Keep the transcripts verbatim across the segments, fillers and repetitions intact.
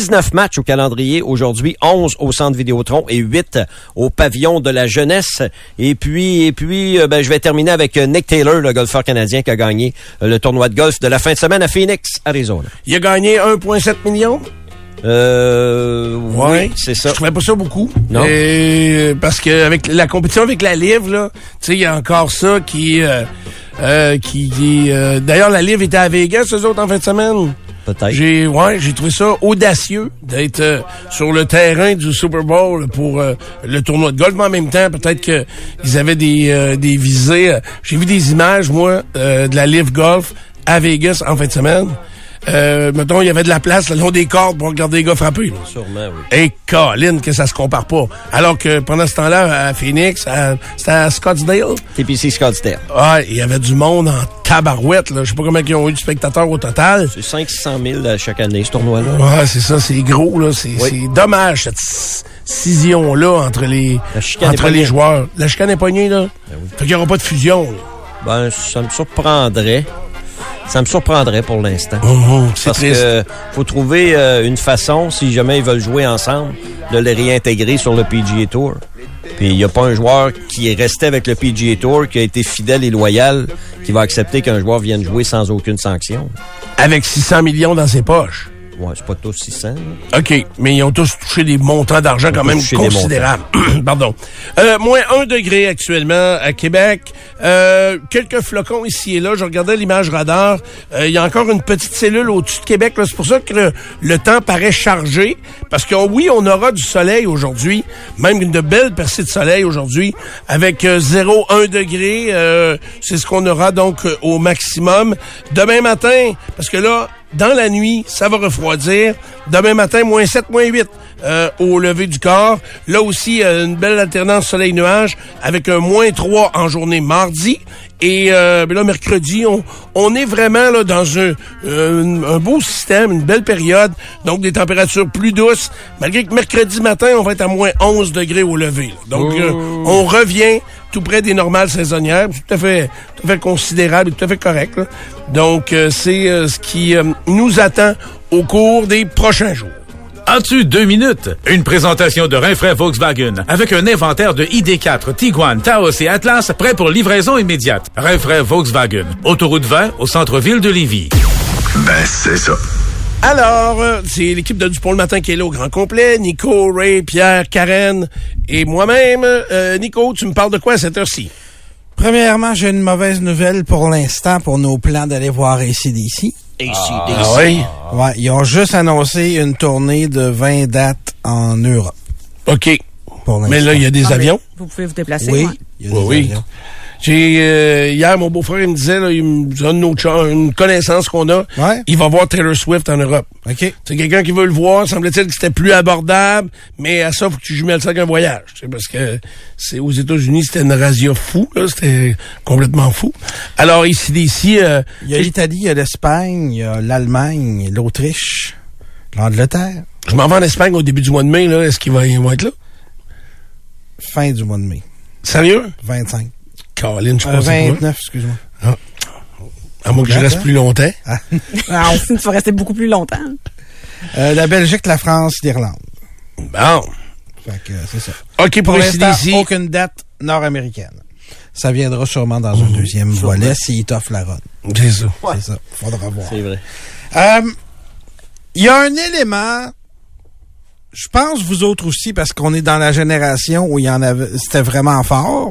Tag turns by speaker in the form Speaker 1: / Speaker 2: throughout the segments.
Speaker 1: dix-neuf matchs au calendrier aujourd'hui, onze au Centre Vidéotron et huit au Pavillon de la Jeunesse. Et puis, et puis, euh, ben, je vais terminer avec Nick Taylor, le golfeur canadien qui a gagné euh, le tournoi de golf de la fin de semaine à Phoenix, Arizona.
Speaker 2: Il a gagné un virgule sept million?
Speaker 1: Euh, ouais, oui, c'est ça.
Speaker 2: Je trouvais pas ça beaucoup.
Speaker 1: Non.
Speaker 2: Et, parce que avec la compétition avec la Livre, là, tu sais, il y a encore ça qui, euh, euh, qui, qui euh, d'ailleurs, la Livre était à Vegas, eux autres, en fin de semaine.
Speaker 1: Peut-être.
Speaker 2: J'ai, ouais, j'ai trouvé ça audacieux d'être euh, sur le terrain du Super Bowl pour euh, le tournoi de golf, mais en même temps, peut-être que ils avaient des, euh, des visées. Euh, j'ai vu des images, moi, euh, de la Livre Golf à Vegas en fin de semaine. Euh, mettons, il y avait de la place le long des cordes pour regarder les gars frapper. Là.
Speaker 1: Sûrement, oui.
Speaker 2: Et Colin, que ça se compare pas. Alors que pendant ce temps-là, à Phoenix, à, c'était à Scottsdale.
Speaker 1: T P C Scottsdale.
Speaker 2: Ouais, il y avait du monde en tabarouette. Là. Je sais pas combien ils ont eu de spectateurs au total.
Speaker 1: C'est cinq cent mille chaque année, ce tournoi-là.
Speaker 2: Ouais, c'est ça, c'est gros. Là. C'est, oui. c'est dommage, cette scission-là entre les, entre les joueurs. La chicane est pognée, là. Ben oui. Fait qu'il n'y aura pas de fusion. Là.
Speaker 1: Ben, ça me surprendrait. Ça me surprendrait pour l'instant.
Speaker 2: Oh, c'est
Speaker 1: Parce
Speaker 2: triste.
Speaker 1: que faut trouver euh, une façon, si jamais ils veulent jouer ensemble, de les réintégrer sur le P G A Tour. Puis il n'y a pas un joueur qui est resté avec le P G A Tour, qui a été fidèle et loyal, qui va accepter qu'un joueur vienne jouer sans aucune sanction.
Speaker 2: Avec six cents millions dans ses poches.
Speaker 1: Ouais, c'est pas tous six cents. Là.
Speaker 2: OK, mais ils ont tous touché des montants d'argent quand même considérables. Pardon. Euh, moins un degré actuellement à Québec. Euh, quelques flocons ici et là. Je regardais l'image radar. Euh, il y a encore une petite cellule au-dessus de Québec. Là. C'est pour ça que le, le temps paraît chargé. Parce que oui, on aura du soleil aujourd'hui. Même une de belles percées de soleil aujourd'hui. Avec euh, zéro virgule un degré. Euh, c'est ce qu'on aura donc euh, au maximum. Demain matin, parce que là, dans la nuit, ça va refroidir. Demain matin, moins sept, moins huit euh, au lever du corps. Là aussi, euh, une belle alternance soleil-nuage avec un moins trois en journée mardi. Et euh, là, mercredi, on, on est vraiment là dans un, un, un beau système, une belle période. Donc, des températures plus douces. Malgré que mercredi matin, on va être à moins onze degrés au lever. Là. Donc, oh. euh, on revient tout près des normales saisonnières. C'est tout à fait, tout à fait considérable et tout à fait correct. Là. Donc, euh, c'est euh, ce qui euh, nous attend au cours des prochains jours.
Speaker 3: As-tu deux minutes? Une présentation de Rinfraie Volkswagen avec un inventaire de I D quatre, Tiguan, Taos et Atlas prêt pour livraison immédiate. Rinfraie Volkswagen. Autoroute vingt au centre-ville de Lévis.
Speaker 4: Ben, c'est ça.
Speaker 2: Alors, euh, c'est l'équipe de Dupont le matin qui est là au grand complet. Nico, Ray, Pierre, Karen et moi-même. Euh, Nico, tu me parles de quoi à cette heure-ci?
Speaker 5: Premièrement, j'ai une mauvaise nouvelle pour l'instant pour nos plans d'aller voir A C D C.
Speaker 1: A C D C.
Speaker 2: Ah oui?
Speaker 5: Ouais, ils ont juste annoncé une tournée de vingt dates en Europe.
Speaker 2: OK.
Speaker 5: Pour l'instant.
Speaker 2: Mais là, il y a des
Speaker 6: Ah,
Speaker 2: avions?
Speaker 6: Vous pouvez vous déplacer.
Speaker 5: Oui,
Speaker 6: Ouais.
Speaker 5: il y a des
Speaker 2: Oui, oui.
Speaker 5: avions.
Speaker 2: J'ai euh, hier, mon beau-frère, il me disait, là, il me donne une, autre chance, une connaissance qu'on a.
Speaker 5: Ouais.
Speaker 2: Il va voir Taylor Swift en Europe.
Speaker 5: OK.
Speaker 2: C'est quelqu'un qui veut le voir. Semble-t-il que c'était plus abordable, mais à ça, faut que tu jumelles ça avec un voyage. C'est parce que c'est aux États-Unis, c'était une razzia fou, là. C'était complètement fou. Alors, ici, d'ici, euh,
Speaker 5: Il y a l'Italie, il y a l'Espagne, il y a l'Allemagne, l'Autriche, l'Angleterre.
Speaker 2: je m'en vais en Espagne au début du mois de mai, là. Est-ce qu'ils vont, ils vont être là?
Speaker 5: Fin du mois de mai.
Speaker 2: Sérieux?
Speaker 5: vingt-cinq.
Speaker 2: Caroline, je
Speaker 5: Euh,
Speaker 2: pense que c'est
Speaker 5: vingt-neuf, excuse-moi.
Speaker 2: Ah. À moins que je reste plus longtemps.
Speaker 5: Ah.
Speaker 6: Ah, on sait que tu vas rester beaucoup plus longtemps.
Speaker 5: Euh, la Belgique, la France, l'Irlande.
Speaker 2: Bon.
Speaker 5: Fait que, euh, c'est ça.
Speaker 2: OK, pour,
Speaker 5: Pour
Speaker 2: ici,
Speaker 5: l'instant,
Speaker 2: d'ici.
Speaker 5: aucune date nord-américaine. Ça viendra sûrement dans un deuxième volet s'il t'offre la run.
Speaker 2: C'est ça.
Speaker 5: C'est ça. Faudra voir.
Speaker 1: C'est vrai.
Speaker 5: Euh, il y a un élément, je pense vous autres aussi, parce qu'on est dans la génération où il y en avait, c'était vraiment fort,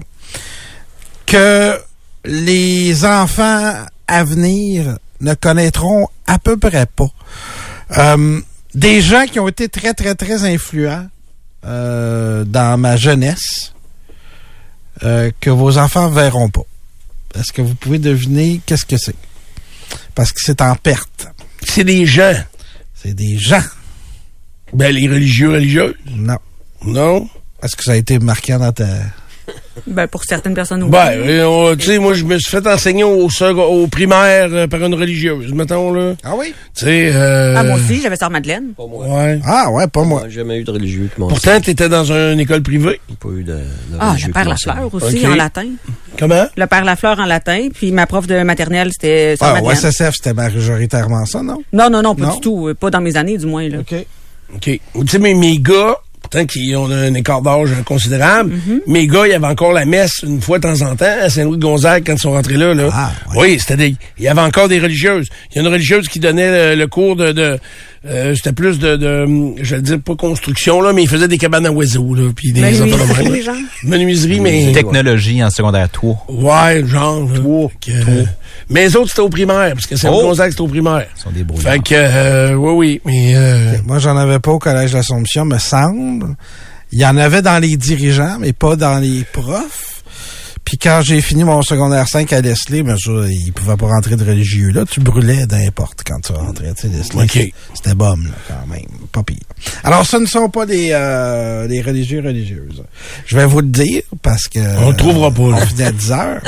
Speaker 5: que les enfants à venir ne connaîtront à peu près pas. Euh, des gens qui ont été très, très, très influents euh, dans ma jeunesse, euh, que vos enfants verront pas. Est-ce que vous pouvez deviner qu'est-ce que c'est? Parce que c'est en perte.
Speaker 2: C'est des gens.
Speaker 5: C'est des gens.
Speaker 2: Ben, les religieux, religieuses.
Speaker 5: Non.
Speaker 2: Non?
Speaker 5: Est-ce que ça a été marquant dans ta...
Speaker 6: Ben, pour certaines personnes, oui.
Speaker 2: Ben, euh, tu sais, moi, je me suis fait enseigner au, sec- au primaire euh, par une religieuse, mettons, là.
Speaker 5: Ah oui?
Speaker 2: Tu sais, euh...
Speaker 6: Ah, moi aussi, j'avais Sœur Madeleine.
Speaker 1: Pas moi.
Speaker 2: Ouais.
Speaker 5: Ah ouais, pas moi.
Speaker 1: Moi, j'ai jamais eu de religieux qui m'ont
Speaker 2: Pourtant, t'étais dans une école privée.
Speaker 1: J'ai pas eu de, de
Speaker 6: Ah,
Speaker 1: religieux
Speaker 6: le
Speaker 1: qui
Speaker 6: Père
Speaker 1: m'ont
Speaker 6: Lafleur
Speaker 1: enseigné.
Speaker 6: aussi,
Speaker 2: Ok.
Speaker 6: en latin.
Speaker 2: Comment?
Speaker 6: Le Père Lafleur en latin, puis ma prof de maternelle, c'était Sœur
Speaker 5: Ah,
Speaker 6: Madeleine.
Speaker 5: ouais, S S F, c'était majoritairement ça, non?
Speaker 6: Non, non, non, pas
Speaker 5: Non?
Speaker 6: du tout. Pas dans mes années, du moins, là.
Speaker 5: OK.
Speaker 2: OK. Tu sais, mes, mes gars, pourtant qu'ils ont un écart d'âge considérable,
Speaker 6: Mm-hmm.
Speaker 2: mes gars, il y avait encore la messe une fois de temps en temps à Saint-Louis-de-Gonzague quand ils sont rentrés là. là.
Speaker 5: Ah,
Speaker 2: oui, c'était des... Il y avait encore des religieuses. Il y a une religieuse qui donnait le, le cours de... de euh, c'était plus de, de... Je vais dire pas construction, là, mais ils faisaient des cabanes à oiseaux, là, puis des...
Speaker 6: Menuiserie,
Speaker 2: affaires de même, là.
Speaker 6: genre.
Speaker 2: Menuiserie, mais...
Speaker 7: Technologie en secondaire trois.
Speaker 2: Ouais, genre. Là. Que, euh, mais les autres, c'était au primaire, parce que Saint-Louis-de-Gonzague, c'était au primaire.
Speaker 7: Ils sont des brouillards.
Speaker 2: Fait que, euh, oui, oui, mais... Euh,
Speaker 5: Moi, j'en avais pas au Collège de l'Assomption, me semble. Il y en avait dans les dirigeants, mais pas dans les profs. Puis quand j'ai fini mon secondaire cinq à Leslie, ben ça, ils pouvaient pas rentrer de religieux. Là, tu brûlais n'importe quand tu rentrais. Tu sais, Leslie,
Speaker 2: OK.
Speaker 5: c'était bombe, là, quand même. Pas pire. Alors, ce ne sont pas les, euh, les religieux et religieuses. Je vais vous le dire, parce que...
Speaker 2: On le trouvera pas, là.
Speaker 5: On finit à dix heures.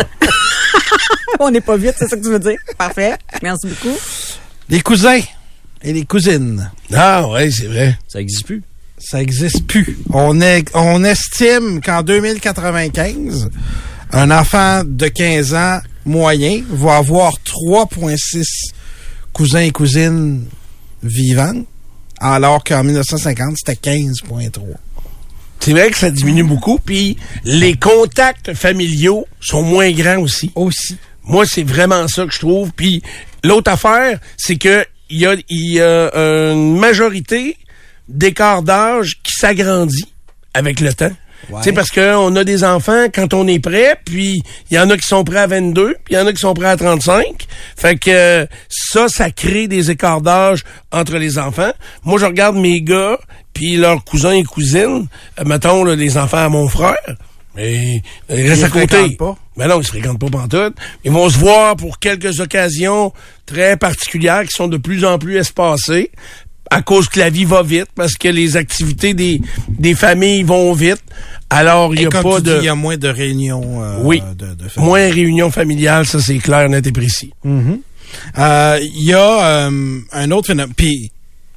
Speaker 6: On n'est pas vite, c'est ça que tu veux dire. Parfait. Merci beaucoup.
Speaker 5: Les cousins et les cousines.
Speaker 2: ah, ouais, c'est vrai.
Speaker 1: Ça existe plus.
Speaker 5: Ça existe plus. On, est, on estime qu'en deux mille quatre-vingt-quinze, un enfant de quinze ans moyen va avoir trois virgule six cousins et cousines vivants, alors qu'en dix-neuf cent cinquante, c'était quinze virgule trois.
Speaker 2: C'est vrai que ça diminue beaucoup, puis les contacts familiaux sont moins grands aussi.
Speaker 5: Aussi.
Speaker 2: Moi, c'est vraiment ça que je trouve. Puis l'autre affaire, c'est que il y a, il y a une majorité d'écart d'âge qui s'agrandit avec le temps.
Speaker 5: Ouais.
Speaker 2: Tu sais, parce qu'on a des enfants quand on est prêt, puis il y en a qui sont prêts à vingt-deux, puis il y en a qui sont prêts à trente-cinq. Fait que euh, ça, ça crée des écarts d'âge entre les enfants. Moi, je regarde mes gars, puis leurs cousins et cousines, euh, mettons là, les enfants à mon frère, mais ils restent
Speaker 5: Ils
Speaker 2: à côté.
Speaker 5: fréquentent pas.
Speaker 2: Mais non, ils se fréquentent pas pantoute. Ils vont se voir pour quelques occasions très particulières qui sont de plus en plus espacées à cause que la vie va vite, parce que les activités des, des familles vont vite. Alors, il y
Speaker 5: Et
Speaker 2: a
Speaker 5: comme
Speaker 2: pas
Speaker 5: tu
Speaker 2: de...
Speaker 5: dis, il y a moins de réunions euh,
Speaker 2: Oui.
Speaker 5: de, de famille.
Speaker 2: Moins réunion familiale, ça c'est clair, net et précis.
Speaker 5: Mhm. Euh, Il y a euh, un autre phénomène. Puis,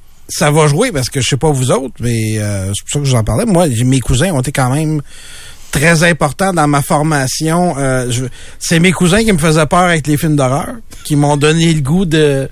Speaker 5: ça va jouer, parce que je sais pas vous autres, mais euh, c'est pour ça que je vous en parlais. Moi, mes cousins ont été quand même très importants dans ma formation. Euh, je- c'est mes cousins qui me faisaient peur avec les films d'horreur, qui m'ont donné le goût de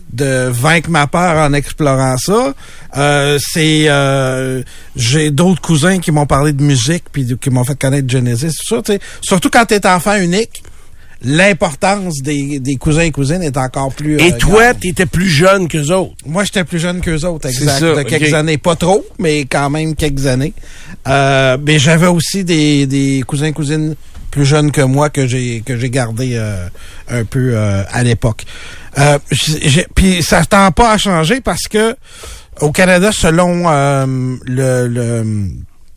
Speaker 5: de vaincre ma peur en explorant ça. Euh, c'est euh, j'ai d'autres cousins qui m'ont parlé de musique puis de- qui m'ont fait connaître Genesis, tout ça, tu sais. Surtout quand t'es enfant unique, l'importance des, des cousins et cousines est encore plus...
Speaker 2: Et
Speaker 5: euh,
Speaker 2: toi,
Speaker 5: grande.
Speaker 2: t'étais plus jeune qu'eux autres.
Speaker 5: Moi, j'étais plus jeune qu'eux autres,
Speaker 2: C'est
Speaker 5: exact.
Speaker 2: ça,
Speaker 5: de quelques
Speaker 2: ok.
Speaker 5: années. Pas trop, mais quand même quelques années. Euh, mais j'avais aussi des, des cousins et cousines plus jeunes que moi que j'ai que j'ai gardé euh, un peu euh, à l'époque. Euh, j'ai- j'ai- Puis ça tend pas à changer parce que au Canada, selon euh, le... le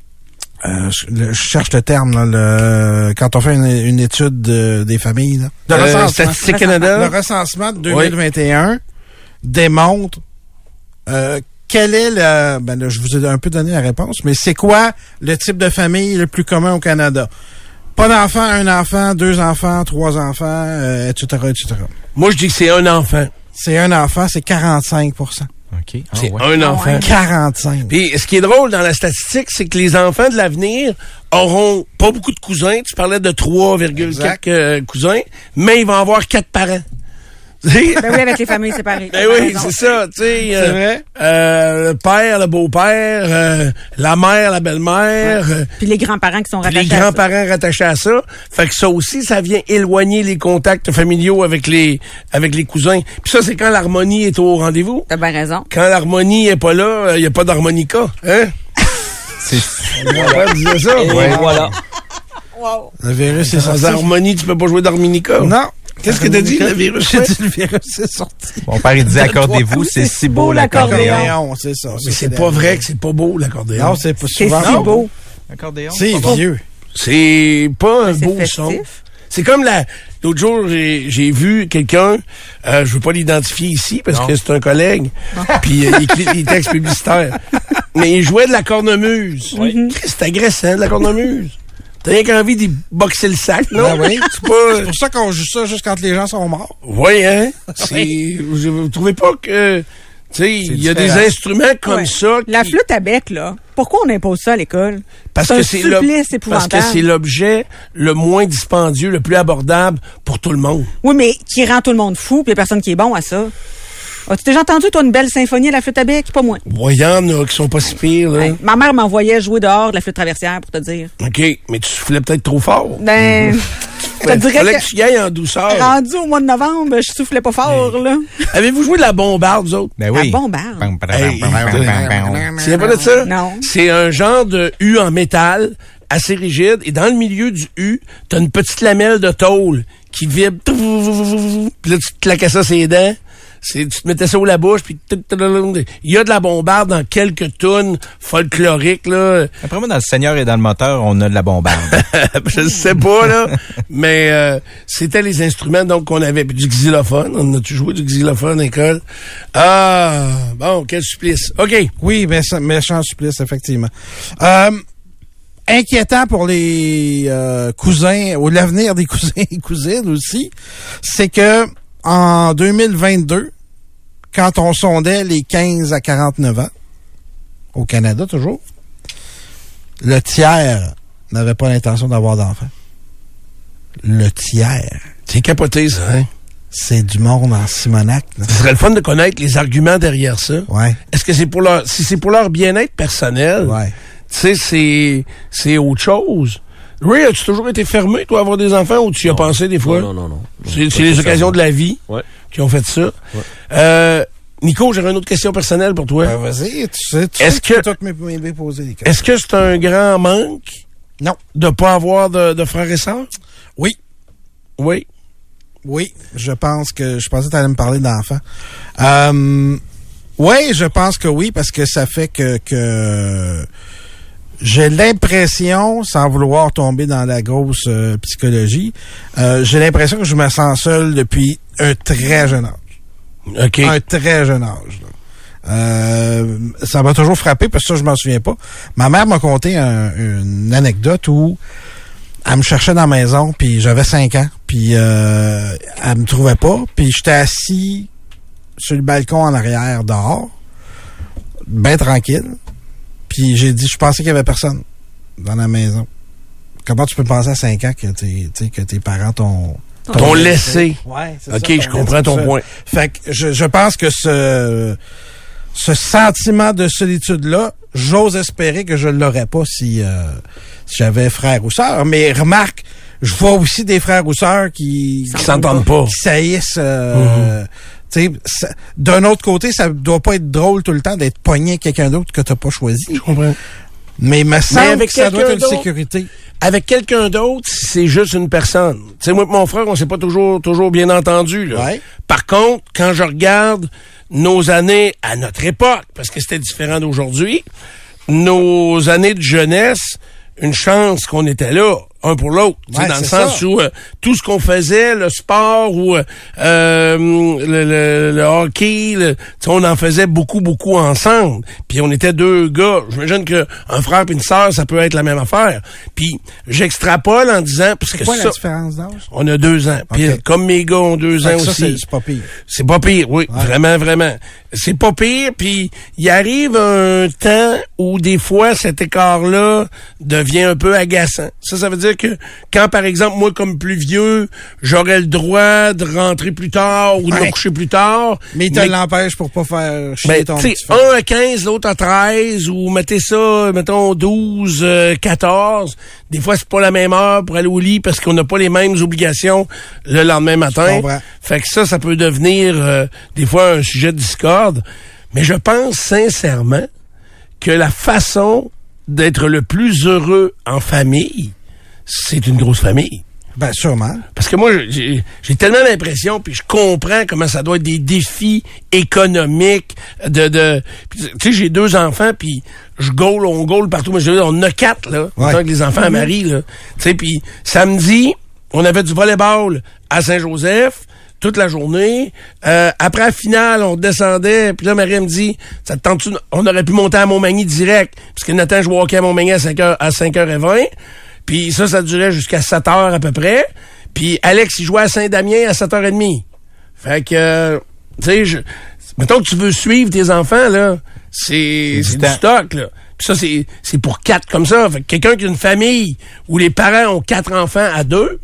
Speaker 5: euh, je, le- je cherche le terme, là, le, quand on fait une, une étude de- des familles, là, de
Speaker 2: Euh,
Speaker 5: recensement.
Speaker 2: Statistique
Speaker 5: Le
Speaker 2: Canada.
Speaker 5: recensement de deux mille vingt et un démontre euh, quel est le... Ben là, je vous ai un peu donné la réponse, mais c'est quoi le type de famille le plus commun au Canada? Pas d'enfant, un enfant, deux enfants, trois enfants, euh, et cetera, et cetera.
Speaker 2: Moi, je dis que c'est un enfant.
Speaker 5: C'est un enfant, c'est quarante-cinq pour cent.
Speaker 7: OK. Ah,
Speaker 2: C'est
Speaker 7: ouais.
Speaker 2: un enfant.
Speaker 5: quarante-cinq.
Speaker 2: Puis, ce qui est drôle dans la statistique, c'est que les enfants de l'avenir auront pas beaucoup de cousins. Tu parlais de trois virgule quatre euh, cousins, mais ils vont avoir quatre parents. Tu sais?
Speaker 6: Ben oui, avec les familles séparées.
Speaker 2: Ben oui, c'est ça, tu sais.
Speaker 5: C'est
Speaker 2: euh,
Speaker 5: vrai?
Speaker 2: euh, le père, le beau-père, euh, la mère, la belle-mère, euh,
Speaker 6: Puis les grands-parents qui sont
Speaker 2: puis
Speaker 6: rattachés
Speaker 2: les
Speaker 6: à ça.
Speaker 2: grands-parents rattachés à ça. Fait que ça aussi, ça vient éloigner les contacts familiaux avec les avec les cousins. Puis ça, c'est quand l'harmonie est au rendez-vous.
Speaker 6: T'as bien raison.
Speaker 2: Quand l'harmonie est pas là, il y a pas d'harmonica, hein?
Speaker 7: C'est
Speaker 2: On disait ça.
Speaker 1: Et voilà.
Speaker 5: Le virus est
Speaker 2: Sans
Speaker 5: sorti.
Speaker 2: harmonie, tu peux pas jouer d'harmonica.
Speaker 5: Non.
Speaker 2: Qu'est-ce que t'as dit, le virus?
Speaker 5: J'ai dit le virus est sorti.
Speaker 7: Mon père, il disait accordez-vous, c'est si beau l'accordéon.
Speaker 5: Accordéon, c'est ça.
Speaker 2: Mais c'est pas vrai que c'est pas beau, l'accordéon.
Speaker 5: Non, c'est pas
Speaker 6: C'est
Speaker 5: souvent.
Speaker 6: si beau.
Speaker 7: Accordéon?
Speaker 5: C'est vieux.
Speaker 2: C'est pas un
Speaker 6: C'est
Speaker 2: beau
Speaker 6: festif.
Speaker 2: son. C'est comme la... L'autre jour, j'ai, j'ai vu quelqu'un, euh, je veux pas l'identifier ici parce
Speaker 7: Non.
Speaker 2: que c'est un collègue, puis euh, il écrit des textes publicitaires. Mais il jouait de la cornemuse.
Speaker 6: Mhm.
Speaker 2: Christ, c'est agressant, de la cornemuse. T'as rien qu'envie d'y boxer le sac, non?
Speaker 5: Ben oui.
Speaker 2: C'est pas...
Speaker 5: C'est pour ça qu'on joue ça juste quand les gens sont morts.
Speaker 2: Oui, hein? C'est... Vous trouvez pas que... Tu sais, il y a des
Speaker 5: différent.
Speaker 2: instruments comme
Speaker 6: Ouais.
Speaker 2: ça qui...
Speaker 6: La flûte à bec, là. Pourquoi on impose ça à l'école?
Speaker 2: Parce
Speaker 6: C'est
Speaker 2: que
Speaker 6: un
Speaker 2: c'est l'ob-
Speaker 6: supplice
Speaker 2: parce
Speaker 6: épouvantable.
Speaker 2: que c'est l'objet le moins dispendieux, le plus abordable pour tout le monde.
Speaker 6: Oui, mais qui rend tout le monde fou, puis il y a personne qui est bon à ça. As-tu déjà entendu, toi, une belle symphonie à la flûte à bec? Pas moi.
Speaker 2: Bon, il y en a qui sont pas si pires, là.
Speaker 6: Ouais. Ma mère m'envoyait jouer dehors de la flûte traversière, pour te dire.
Speaker 2: OK, mais tu soufflais peut-être trop fort.
Speaker 6: Ben, je te dirais
Speaker 2: Fallait
Speaker 6: que,
Speaker 2: que tu y ailles en douceur.
Speaker 6: rendu au mois de novembre, je soufflais pas fort, là.
Speaker 2: Avez-vous joué de la bombarde, vous autres?
Speaker 7: Ben oui.
Speaker 6: La bombarde.
Speaker 7: Pam, pam,
Speaker 2: Hey,
Speaker 7: pam, pam, pam, pam.
Speaker 2: Tu sais pas de ça?
Speaker 6: Non.
Speaker 2: C'est un genre de U en métal, assez rigide, et dans le milieu du U, t'as une petite lamelle de tôle qui vibre. Puis là, tu te claquais ça sur les dents. C'est, tu te mettais ça au la bouche, puis il y a de la bombarde dans quelques tunes folkloriques, là.
Speaker 7: Après moi, dans le Seigneur et dans le moteur, on a de la bombarde.
Speaker 2: Je sais pas, là. Mais euh, c'était les instruments donc qu'on avait. Puis du xylophone. On a-tu joué du xylophone à l'école? Ah, bon, quel supplice. OK.
Speaker 5: Oui, méchant, méchant supplice, effectivement. Euh, inquiétant pour les euh, cousins, ou l'avenir des cousins et cousines aussi, c'est que en deux mille vingt-deux, quand on sondait les quinze à quarante-neuf ans, au Canada toujours, le tiers n'avait pas l'intention d'avoir d'enfants. Le tiers.
Speaker 2: C'est capoté, ça, hein?
Speaker 5: C'est du monde en Simonac. Là.
Speaker 2: Ce serait le fun de connaître les arguments derrière ça.
Speaker 5: Ouais.
Speaker 2: Est-ce que c'est pour leur, si c'est pour leur bien-être personnel,
Speaker 5: Ouais.
Speaker 2: tu sais, c'est, c'est autre chose. Ray, as-tu toujours été fermé, toi, à avoir des enfants, ou tu y as pensé des fois?
Speaker 1: Non, non, non. non.
Speaker 2: C'est, c'est les occasions de la vie
Speaker 1: Ouais.
Speaker 2: qui ont fait ça.
Speaker 1: Ouais.
Speaker 2: Euh, Nico, j'aurais une autre question personnelle pour toi.
Speaker 5: Ben, vas-y, tu sais, tu
Speaker 2: Est-ce
Speaker 5: sais
Speaker 2: que-
Speaker 5: tu peux toutes m'é- m'é- poser des questions.
Speaker 2: Est-ce que c'est un grand manque
Speaker 5: Non.
Speaker 2: de pas avoir de, de frères et sœurs?
Speaker 5: Oui.
Speaker 2: Oui.
Speaker 5: Oui, je pense que je pensais que tu allais me parler d'enfants. Euh, oui, je pense que oui, parce que ça fait que, que j'ai l'impression, sans vouloir tomber dans la grosse euh, psychologie, euh, j'ai l'impression que je me sens seul depuis un très jeune âge.
Speaker 2: OK.
Speaker 5: Un très jeune âge. Là. Euh, ça m'a toujours frappé, parce que ça, je m'en souviens pas. Ma mère m'a conté un- une anecdote où elle me cherchait dans la maison, puis j'avais cinq ans, puis euh, elle me trouvait pas, puis j'étais assis sur le balcon en arrière, dehors, bien tranquille, puis j'ai dit, je pensais qu'il y avait personne dans la maison. Comment tu peux penser à cinq ans que, tes, tu sais, que tes parents t'ont...
Speaker 2: T'ont laissé.
Speaker 5: Ouais, c'est
Speaker 2: OK,
Speaker 5: ça,
Speaker 2: je comprends ton
Speaker 5: ça.
Speaker 2: point.
Speaker 5: Fait que je, je pense que ce, ce sentiment de solitude-là, j'ose espérer que je ne l'aurais pas si, euh, si j'avais frère ou sœur. Mais remarque, je vois aussi des frères ou sœurs qui...
Speaker 2: Qui s'entendent pas.
Speaker 5: Qui saillissent. Euh, tu sais, ça- d'un autre côté, ça doit pas être drôle tout le temps d'être pogné avec quelqu'un d'autre que t'as pas choisi.
Speaker 2: Je comprends.
Speaker 5: Mais il me semble
Speaker 2: avec
Speaker 5: que ça doit être
Speaker 2: quelqu'un
Speaker 5: une
Speaker 2: d'autre?
Speaker 5: sécurité.
Speaker 2: Avec quelqu'un d'autre, c'est juste une personne. Tu sais, moi et mon frère, on s'est pas toujours, toujours bien entendu, là.
Speaker 5: Ouais.
Speaker 2: Par contre, quand je regarde nos années à notre époque, parce que c'était différent d'aujourd'hui, nos années de jeunesse, une chance qu'on était là, un pour l'autre. Tu sais,
Speaker 5: Ouais,
Speaker 2: dans le
Speaker 5: c'est
Speaker 2: sens
Speaker 5: ça.
Speaker 2: où euh, tout ce qu'on faisait, le sport ou euh, euh, le, le, le hockey, le, tu sais, on en faisait beaucoup, beaucoup ensemble. Puis on était deux gars. J'imagine que un frère et une sœur, ça peut être la même affaire. Puis j'extrapole en disant, parce que
Speaker 5: C'est quoi
Speaker 2: ça,
Speaker 5: la différence d'âge?
Speaker 2: on a deux ans. Puis
Speaker 5: Ok.
Speaker 2: comme mes gars ont deux
Speaker 5: Fait
Speaker 2: ans
Speaker 5: que ça,
Speaker 2: aussi.
Speaker 5: c'est c'est pas pire.
Speaker 2: C'est pas pire, oui.
Speaker 5: Ouais.
Speaker 2: Vraiment, vraiment. C'est pas pire, puis il arrive un temps où des fois cet écart-là devient un peu agaçant. Ça, ça veut dire que quand, par exemple, moi, comme plus vieux, j'aurais le droit de rentrer plus tard ou de me
Speaker 5: Ouais.
Speaker 2: coucher plus tard.
Speaker 5: Mais il te l'empêche pour pas faire chier
Speaker 2: Ben,
Speaker 5: ton
Speaker 2: tu sais,
Speaker 5: petit frère.
Speaker 2: un à quinze, l'autre à treize, ou mettez ça, mettons, douze, euh, quatorze. Des fois, c'est pas la même heure pour aller au lit parce qu'on n'a pas les mêmes obligations le lendemain matin.
Speaker 5: comprends.
Speaker 2: Fait que ça, ça peut devenir, euh, des fois, un sujet de discorde. Mais je pense sincèrement que la façon d'être le plus heureux en famille, c'est une grosse famille.
Speaker 5: Ben, sûrement.
Speaker 2: Parce que moi, j'ai j'ai tellement l'impression, puis je comprends comment ça doit être des défis économiques, de... de puis, tu sais, j'ai deux enfants, puis je gaule, on gaule partout. Mais je veux dire, on en a quatre, là,
Speaker 5: Ouais.
Speaker 2: avec les enfants à Marie, là. Tu sais, puis samedi, on avait du volleyball à Saint-Joseph, toute la journée. Euh, après la finale, on descendait, puis là, Marie elle me dit, ça te tente-tu, on aurait pu monter à Montmagny direct, parce que Nathan jouait au hockey à Montmagny à cinq heures, à cinq heures vingt. Puis ça, ça durait jusqu'à sept heures à peu près. Puis Alex, il jouait à Saint-Damien à sept heures trente. Fait que, euh, tu sais, je, mettons que tu veux suivre tes enfants, là, c'est, c'est du
Speaker 7: temps.
Speaker 2: stock, là. Puis ça, c'est, c'est pour quatre comme ça. Fait que quelqu'un qui a une famille où les parents ont quatre enfants à deux,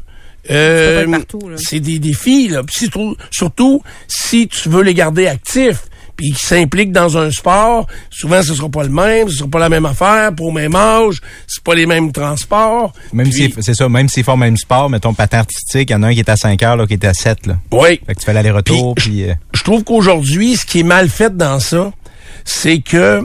Speaker 2: Euh,
Speaker 6: pas partout, là.
Speaker 2: C'est des défis, là. Puis surtout, surtout, si tu veux les garder actifs, puis qui s'impliquent dans un sport, souvent ce sera pas le même, ce sera pas la même affaire, pour le même âge, c'est pas les mêmes transports.
Speaker 7: Même
Speaker 2: puis,
Speaker 7: si c'est ça, même s'ils font le même sport, mettons patin artistique, il y en a un qui est à cinq heures, l'autre qui est à sept, là.
Speaker 2: Oui.
Speaker 7: Fait que tu fais l'aller-retour,
Speaker 2: Puis,
Speaker 7: puis... Euh...
Speaker 2: Je trouve qu'aujourd'hui, ce qui est mal fait dans ça, c'est que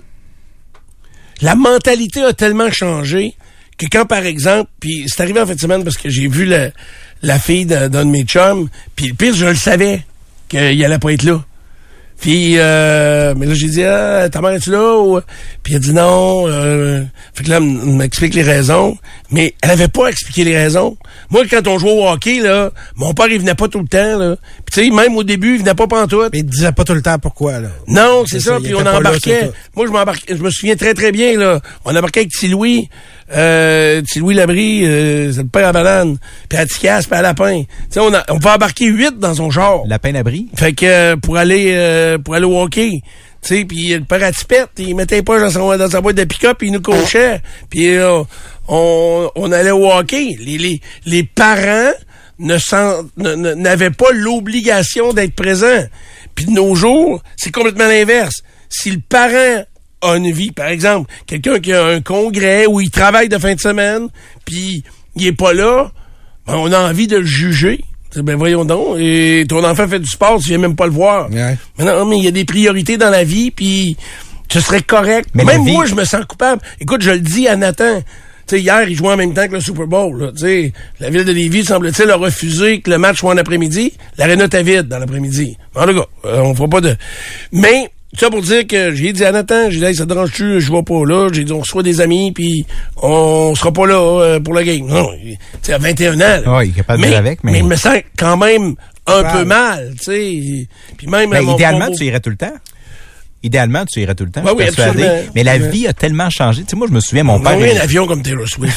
Speaker 2: la mentalité a tellement changé que quand, par exemple, puis c'est arrivé en fin de semaine parce que j'ai vu la, la fille d'un de, de mes chums, puis le pire, je le savais qu'il allait pas être là. Puis, euh, mais là, j'ai dit, ah, ta mère est-tu là? Ou... Puis elle dit non. Euh... Fait que là, elle m'explique les raisons. Mais elle avait pas expliqué les raisons. Moi, quand on jouait au hockey, là, mon père, il venait pas tout le temps, là. Puis tu sais, même au début, il venait pas pantoute.
Speaker 5: Mais il disait pas tout le temps pourquoi, là.
Speaker 2: Non, c'est ça.
Speaker 5: ça
Speaker 2: Puis on embarquait. Moi, je m'embarquais. Je me souviens très, très bien, là. On embarquait avec Petit Louis. Euh, Petit Louis Labrie, euh, c'est le père à banane. Puis à Ticasse, puis à Lapin. Tu sais, on, a, on pouvait embarquer huit dans son char.
Speaker 7: Lapin d'abri?
Speaker 2: Fait que, euh, pour aller, euh, pour aller au hockey. Tu sais, puis le père à Tipette, il mettait les poches dans, son, dans sa boîte de pick-up, puis il nous coachait. Puis euh, on, on allait au hockey. Les, les, les parents ne s'en, ne, ne, n'avaient pas l'obligation d'être présents. Puis de nos jours, c'est complètement l'inverse. Si le parent a une vie, par exemple, quelqu'un qui a un congrès où il travaille de fin de semaine, puis il est pas là, ben on a envie de le juger. Ben voyons donc, et ton enfant fait du sport, tu viens même pas le voir.
Speaker 5: Ouais.
Speaker 2: Mais non, mais il y a des priorités dans la vie, puis ce serait correct.
Speaker 7: Mais
Speaker 2: même
Speaker 7: vie...
Speaker 2: moi, je me sens coupable. Écoute, je le dis à Nathan. Tu sais, hier, il jouait en même temps que le Super Bowl. Là. Tu sais, la ville de Lévis, semble-t-il, a refusé que le match soit en après-midi. L'aréna était vide dans l'après-midi. En tout cas, euh, on fera pas de... Mais... Ça pour dire que j'ai dit à Nathan, j'ai dit, hey, ça te dérange-tu, je vais pas là. J'ai dit, on reçoit des amis, puis on sera pas là euh, pour la game. Non, tu sais, à vingt et un ans. Là.
Speaker 7: Oui, il est capable de
Speaker 2: mais,
Speaker 7: vivre avec, mais...
Speaker 2: mais il me sent quand même un
Speaker 5: Wow.
Speaker 2: peu mal, tu sais. Puis même...
Speaker 7: Ben,
Speaker 2: mon,
Speaker 7: idéalement,
Speaker 2: mon...
Speaker 7: tu irais tout le temps. Idéalement, tu irais tout le temps.
Speaker 2: Ouais,
Speaker 7: je suis
Speaker 2: oui,
Speaker 7: persuadé.
Speaker 2: absolument.
Speaker 7: Mais la
Speaker 2: Ouais.
Speaker 7: vie a tellement changé. Tu sais, moi, je me souviens, mon
Speaker 2: On
Speaker 7: père...
Speaker 2: a
Speaker 7: il-
Speaker 2: un avion comme Taylor Swift.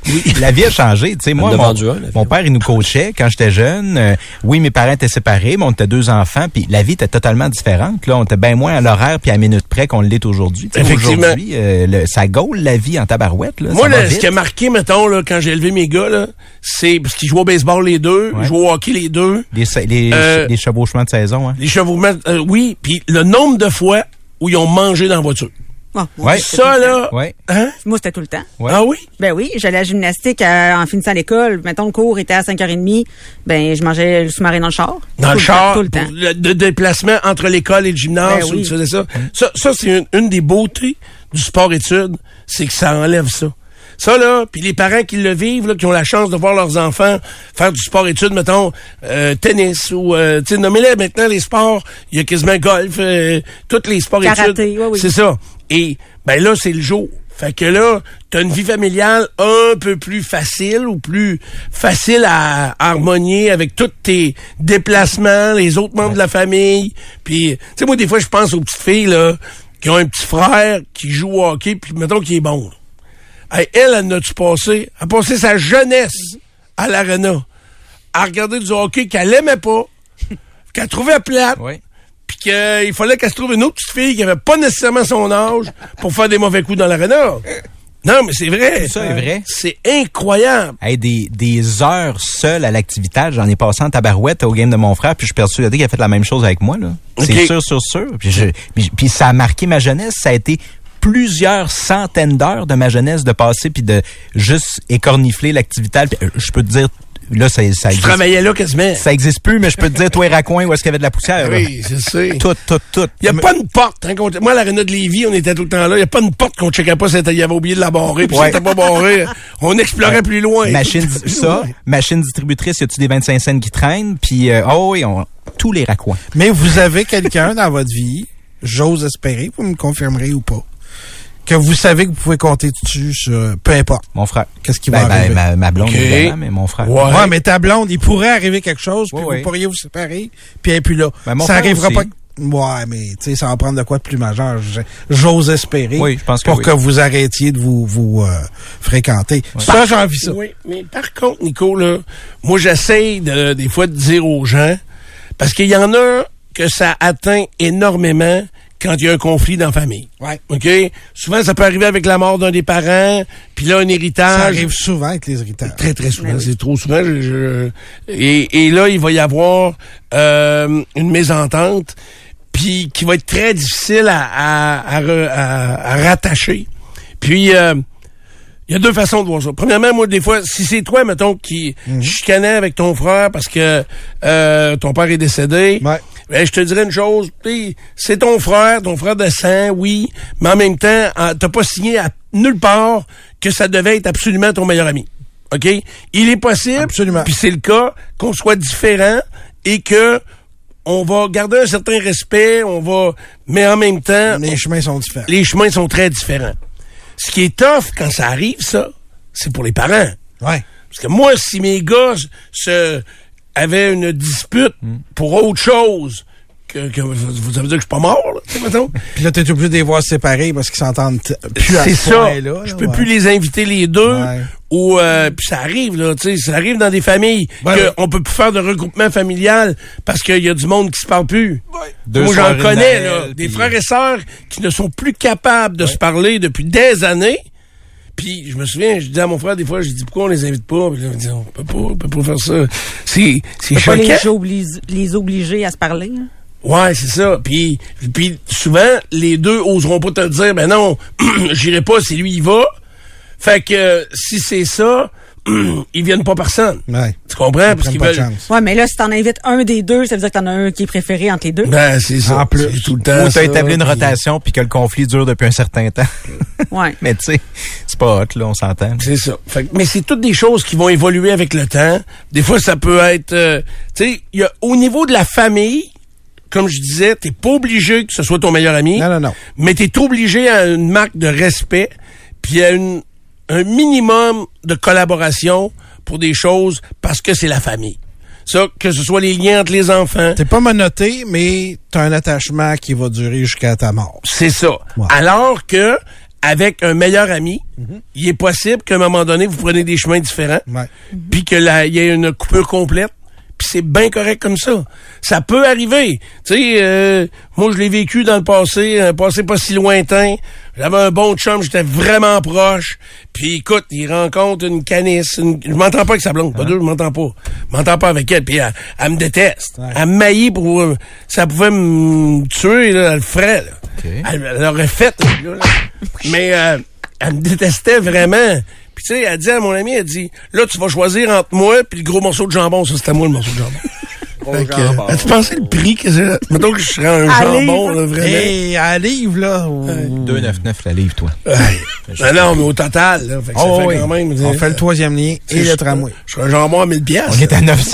Speaker 7: La vie a changé. Tu sais, moi,
Speaker 1: en a
Speaker 7: mon,
Speaker 1: vendu un, l'avion.
Speaker 7: mon père, il nous coachait quand j'étais jeune. Euh, oui, mes parents étaient séparés, mais on était deux enfants, puis la vie était totalement différente. Là, on était bien moins à l'horaire puis à minute près qu'on l'est aujourd'hui. Tu sais,
Speaker 2: Effectivement.
Speaker 7: aujourd'hui, euh, le- ça gaule la vie en tabarouette. Là,
Speaker 2: Moi,
Speaker 7: ça va
Speaker 2: là, ce
Speaker 7: vite.
Speaker 2: qui a marqué, mettons, là, quand j'ai élevé mes gars, là, c'est parce qu'ils jouaient au baseball les deux,
Speaker 7: Ouais.
Speaker 2: ils jouaient au hockey les deux,
Speaker 7: Les, sa- les,
Speaker 2: Euh,
Speaker 7: les chevauchements de saison. Hein.
Speaker 2: les chevauchements, euh, oui, puis le nombre de fois où ils ont mangé dans la voiture.
Speaker 6: Bon, moi,
Speaker 7: Ouais.
Speaker 6: c'était tout
Speaker 2: Ça,
Speaker 6: le temps.
Speaker 2: là...
Speaker 7: Ouais.
Speaker 2: Hein?
Speaker 6: Moi, c'était tout le temps.
Speaker 7: Ouais.
Speaker 2: Ah oui?
Speaker 6: Ben oui, j'allais à la gymnastique euh, en finissant l'école. Mettons, le cours était à cinq heures trente. Ben, je mangeais le sous-marin dans le char.
Speaker 2: Dans
Speaker 6: Tout
Speaker 2: le
Speaker 6: temps,
Speaker 2: char,
Speaker 6: Tout le temps.
Speaker 2: pour le de déplacement entre l'école et le gymnase,
Speaker 6: Ben oui.
Speaker 2: tu faisais ça. Ça, ça c'est une, une des beautés du sport-études, c'est que ça enlève ça. Ça, là, puis les parents qui le vivent, là, qui ont la chance de voir leurs enfants faire du sport-études, mettons, euh, tennis ou, euh, tu sais, nommez-les maintenant les sports, il y a quasiment golf, euh, tous les sports-études.
Speaker 6: Karaté, oui, oui.
Speaker 2: C'est ça. Et, ben là, c'est le jour. Fait que là, t'as une vie familiale un peu plus facile ou plus facile à harmonier avec tous tes déplacements, les autres membres de la famille. Puis, tu sais, moi, des fois, je pense aux petites filles, là, qui ont un petit frère qui joue au hockey, puis mettons qu'il est bon. Hey, elle, elle n'a-tu passé? Elle a passé sa jeunesse à l'aréna à regarder du hockey qu'elle aimait pas, qu'elle trouvait plate,
Speaker 7: Ouais.
Speaker 2: puis qu'il fallait qu'elle se trouve une autre petite fille qui avait pas nécessairement son âge pour faire des mauvais coups dans l'aréna. Non, mais c'est vrai.
Speaker 7: Tout ça est vrai.
Speaker 2: C'est incroyable.
Speaker 7: Hey, des, des heures seules à l'activité, j'en ai passé en tabarouette au game de mon frère, puis je suis persuadé qu'il a fait la même chose avec moi. Là. C'est
Speaker 2: Ok.
Speaker 7: sûr, sûr, sûr. Puis, je- puis, puis ça a marqué ma jeunesse. Ça a été plusieurs centaines d'heures de ma jeunesse de passer puis de juste écornifler l'activité. Puis, euh, je peux te dire, là, ça, ça
Speaker 2: Je
Speaker 7: existe.
Speaker 2: travaillais là quasiment.
Speaker 7: Ça existe plus, mais je peux te dire, toi, et Raccoin, où est-ce qu'il y avait de la poussière? là?
Speaker 2: Oui, je sais.
Speaker 7: Tout, tout, tout.
Speaker 2: Il n'y a pas une porte. Hein, qu'on- moi, à l'aréna de Lévis, on était tout le temps là. Il n'y a pas une porte qu'on ne checkait pas si il y avait oublié de la barrer. Puis si
Speaker 7: Ouais.
Speaker 2: c'était pas barré, on explorait plus loin.
Speaker 7: Machine, di- ça, machine distributrice, y a-tu des vingt-cinq cents qui traînent? Puis, euh, oh oui, on, tous les Raccoins.
Speaker 5: Mais vous avez quelqu'un dans votre vie, j'ose espérer, vous me confirmerez ou pas, que vous savez que vous pouvez compter dessus sur peu importe.
Speaker 7: Mon frère.
Speaker 5: Qu'est-ce qui
Speaker 7: Ben,
Speaker 5: va
Speaker 7: ben,
Speaker 5: arriver?
Speaker 7: ma, ma blonde,
Speaker 2: Ok.
Speaker 7: évidemment, mais mon frère.
Speaker 2: Ouais.
Speaker 5: Ouais, mais ta blonde, il pourrait arriver quelque chose, puis
Speaker 7: Ouais,
Speaker 5: vous
Speaker 7: ouais.
Speaker 5: pourriez vous séparer, puis elle est plus là.
Speaker 7: Ben, mon
Speaker 5: ça
Speaker 7: frère
Speaker 5: arrivera
Speaker 7: aussi.
Speaker 5: pas. Ouais, mais tu sais, ça va prendre de quoi de plus majeur. Je- J'ose espérer.
Speaker 7: Oui, je pense que
Speaker 5: pour
Speaker 7: oui.
Speaker 5: que vous arrêtiez de vous vous euh, fréquenter. Ça, j'ai envie ça.
Speaker 2: Oui, mais par contre, Nico, là, moi, j'essaye de, des fois de dire aux gens, parce qu'il y en a que ça atteint énormément quand il y a un conflit dans la famille.
Speaker 5: Ouais.
Speaker 2: OK? Souvent, ça peut arriver avec la mort d'un des parents, puis là, un héritage.
Speaker 5: Ça arrive souvent avec les héritages.
Speaker 2: Très, très souvent. Oui. C'est trop souvent. Je, je... Et, et là, il va y avoir euh, une mésentente, puis qui va être très difficile à, à, à, à, à rattacher. Puis, euh, il y a deux façons de voir ça. Premièrement, moi, des fois, si c'est toi, mettons, qui mm-hmm. chicanais avec ton frère parce que euh, ton père est décédé,
Speaker 5: ouais.
Speaker 2: ben, je te dirais une chose, c'est ton frère, ton frère de sang, oui, mais en même temps, t'as pas signé à nulle part que ça devait être absolument ton meilleur ami. OK? Il est possible,
Speaker 5: absolument.
Speaker 2: Puis c'est le cas, qu'on soit différent et que on va garder un certain respect, on va, mais en même temps...
Speaker 5: Les chemins sont différents.
Speaker 2: Les chemins sont très différents. Ce qui est tough quand ça arrive, ça, c'est pour les parents.
Speaker 5: Ouais.
Speaker 2: Parce que moi, si mes gars se avaient une dispute mm. pour autre chose, que, que vous avez dit que je suis pas mort, là, tu sais, mettons.
Speaker 5: Puis là, t'es obligé de les voir séparés parce qu'ils s'entendent t- plus à
Speaker 2: c'est
Speaker 5: ce
Speaker 2: ça.
Speaker 5: point-là.
Speaker 2: Je
Speaker 5: là,
Speaker 2: peux
Speaker 5: ouais.
Speaker 2: plus les inviter les deux.
Speaker 5: Ouais.
Speaker 2: Ou euh, puis ça arrive, là, tu sais, ça arrive dans des familles
Speaker 5: ouais,
Speaker 2: que
Speaker 5: ouais.
Speaker 2: on peut plus faire de regroupement familial parce qu'il y a du monde qui se parle plus.
Speaker 5: Ouais.
Speaker 2: Moi, j'en connais, là, des puis... frères et sœurs qui ne sont plus capables de ouais. se parler depuis des années. Puis je me souviens, je dis à mon frère des fois, je dis pourquoi on les invite pas. Puis là, il me dit on peut pas, on peut pas faire ça. C'est c'est choquant.
Speaker 6: Pas les, oblige, les obliger à se parler. Hein?
Speaker 2: Ouais, c'est ça. Puis puis souvent les deux oseront pas te dire ben non, j'irai pas, c'est lui il va. Fait que euh, si c'est ça, ils viennent pas personne.
Speaker 5: Ouais.
Speaker 2: Tu comprends? Parce qu'ils veulent...
Speaker 6: Ouais, mais là, si t'en invites un des deux, ça veut dire que t'en as un qui est préféré entre les deux.
Speaker 2: Ben, c'est ça.
Speaker 5: En plus.
Speaker 2: C'est tout le temps.
Speaker 7: Ou t'as établi une rotation puis que le conflit dure depuis un certain temps.
Speaker 6: Ouais.
Speaker 7: Mais tu sais, c'est pas hot, là, on s'entend.
Speaker 2: C'est ça. Fait que, mais c'est toutes des choses qui vont évoluer avec le temps. Des fois, ça peut être, euh, tu sais, il y a, au niveau de la famille, comme je disais, t'es pas obligé que ce soit ton meilleur ami.
Speaker 5: Non, non, non.
Speaker 2: Mais t'es obligé à une marque de respect puis à une, un minimum de collaboration pour des choses parce que c'est la famille. Ça, que ce soit les liens entre les enfants.
Speaker 5: T'es pas menotté, mais t'as un attachement qui va durer jusqu'à ta mort.
Speaker 2: C'est ça.
Speaker 5: Ouais.
Speaker 2: Alors que, avec un meilleur ami,
Speaker 5: mm-hmm.
Speaker 2: il est possible qu'à un moment donné, vous prenez des chemins différents,
Speaker 5: ouais.
Speaker 2: puis que là, il y ait une coupure complète. Puis c'est bien correct comme ça. Ça peut arriver. Tu sais, euh, moi, je l'ai vécu dans le passé, un passé pas si lointain. J'avais un bon chum, j'étais vraiment proche. Puis écoute, il rencontre une canisse. Une... Je m'entends pas avec sa blonde. Pas deux, je m'entends pas. Je m'entends pas avec elle. Puis elle, elle me déteste. Ouais. Elle me maillit pour... Euh, ça pouvait me tuer, là, elle le ferait. Là. Okay. Elle, elle l'aurait fait. Là, là. Mais euh, elle me détestait vraiment. Puis tu sais, elle dit à mon ami, elle dit, là, tu vas choisir entre moi puis le gros morceau de jambon. Ça, c'était moi, le morceau de jambon. Fait que, euh, as-tu pensé le prix que c'est? Mettons que je serais un à jambon, livre. Là, vraiment.
Speaker 5: Et à livre, là. Ou...
Speaker 7: deux virgule quatre-vingt-dix la livre, toi.
Speaker 2: Ouais. Ben non, mais au total, là. Fait que
Speaker 5: oh,
Speaker 2: ça fait
Speaker 5: oui.
Speaker 2: quand même.
Speaker 5: On fait le troisième lien et le tramway.
Speaker 2: Je serais un jambon à mille piastres.
Speaker 7: On est à neuf cents.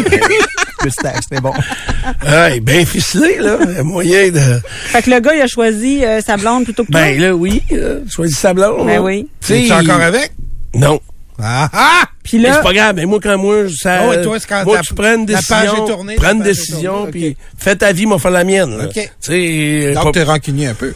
Speaker 7: C'était bon.
Speaker 2: Ouais, bien ficelé, là. Il y a moyen de...
Speaker 6: Fait que le gars, il a choisi euh, sa blonde plutôt que toi.
Speaker 2: Ben là, oui. Euh, choisi sa blonde.
Speaker 6: Ben oui.
Speaker 5: Tu es encore avec?
Speaker 2: Non.
Speaker 5: Ah ah!
Speaker 6: Puis là,
Speaker 2: c'est pas grave, mais moi, quand moi, ça,
Speaker 5: oh, toi, quand
Speaker 2: moi, tu prends une décision,
Speaker 5: tournée,
Speaker 2: prends une décision, puis
Speaker 5: okay.
Speaker 2: fais ta vie, moi, fais la mienne. Là.
Speaker 5: OK.
Speaker 2: T'sais,
Speaker 5: donc,
Speaker 2: pas...
Speaker 5: t'es rancunier un peu.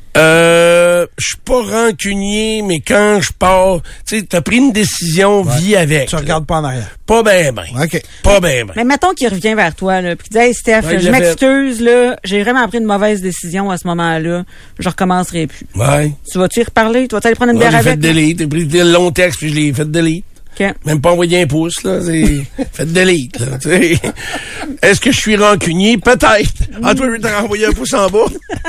Speaker 2: Euh, je suis pas rancunier, mais quand je pars, tu sais, t'as pris une décision, ouais. vis avec.
Speaker 5: Tu regardes pas en arrière.
Speaker 2: Pas ben ben.
Speaker 5: OK.
Speaker 2: Pas ben ben.
Speaker 6: Mais mettons qu'il revient vers toi, là, puis qu'il dit, hey, Steph,
Speaker 2: ouais,
Speaker 6: je m'excuse, là, j'ai vraiment pris une mauvaise décision à ce moment-là, je recommencerai plus.
Speaker 2: Ouais.
Speaker 6: Tu vas-tu y reparler? Tu vas-tu aller prendre une
Speaker 2: ouais,
Speaker 6: bière
Speaker 2: j'ai
Speaker 6: avec?
Speaker 2: J'ai fait delete, j'ai pris des longs textes, puis je l'ai fait delete.
Speaker 6: Okay.
Speaker 2: Même pas envoyer un pouce, là. C'est fait delete, là. T'sais. Est-ce que je suis rancunier? Peut-être. Ah, toi, je vais te renvoyer un pouce en bas.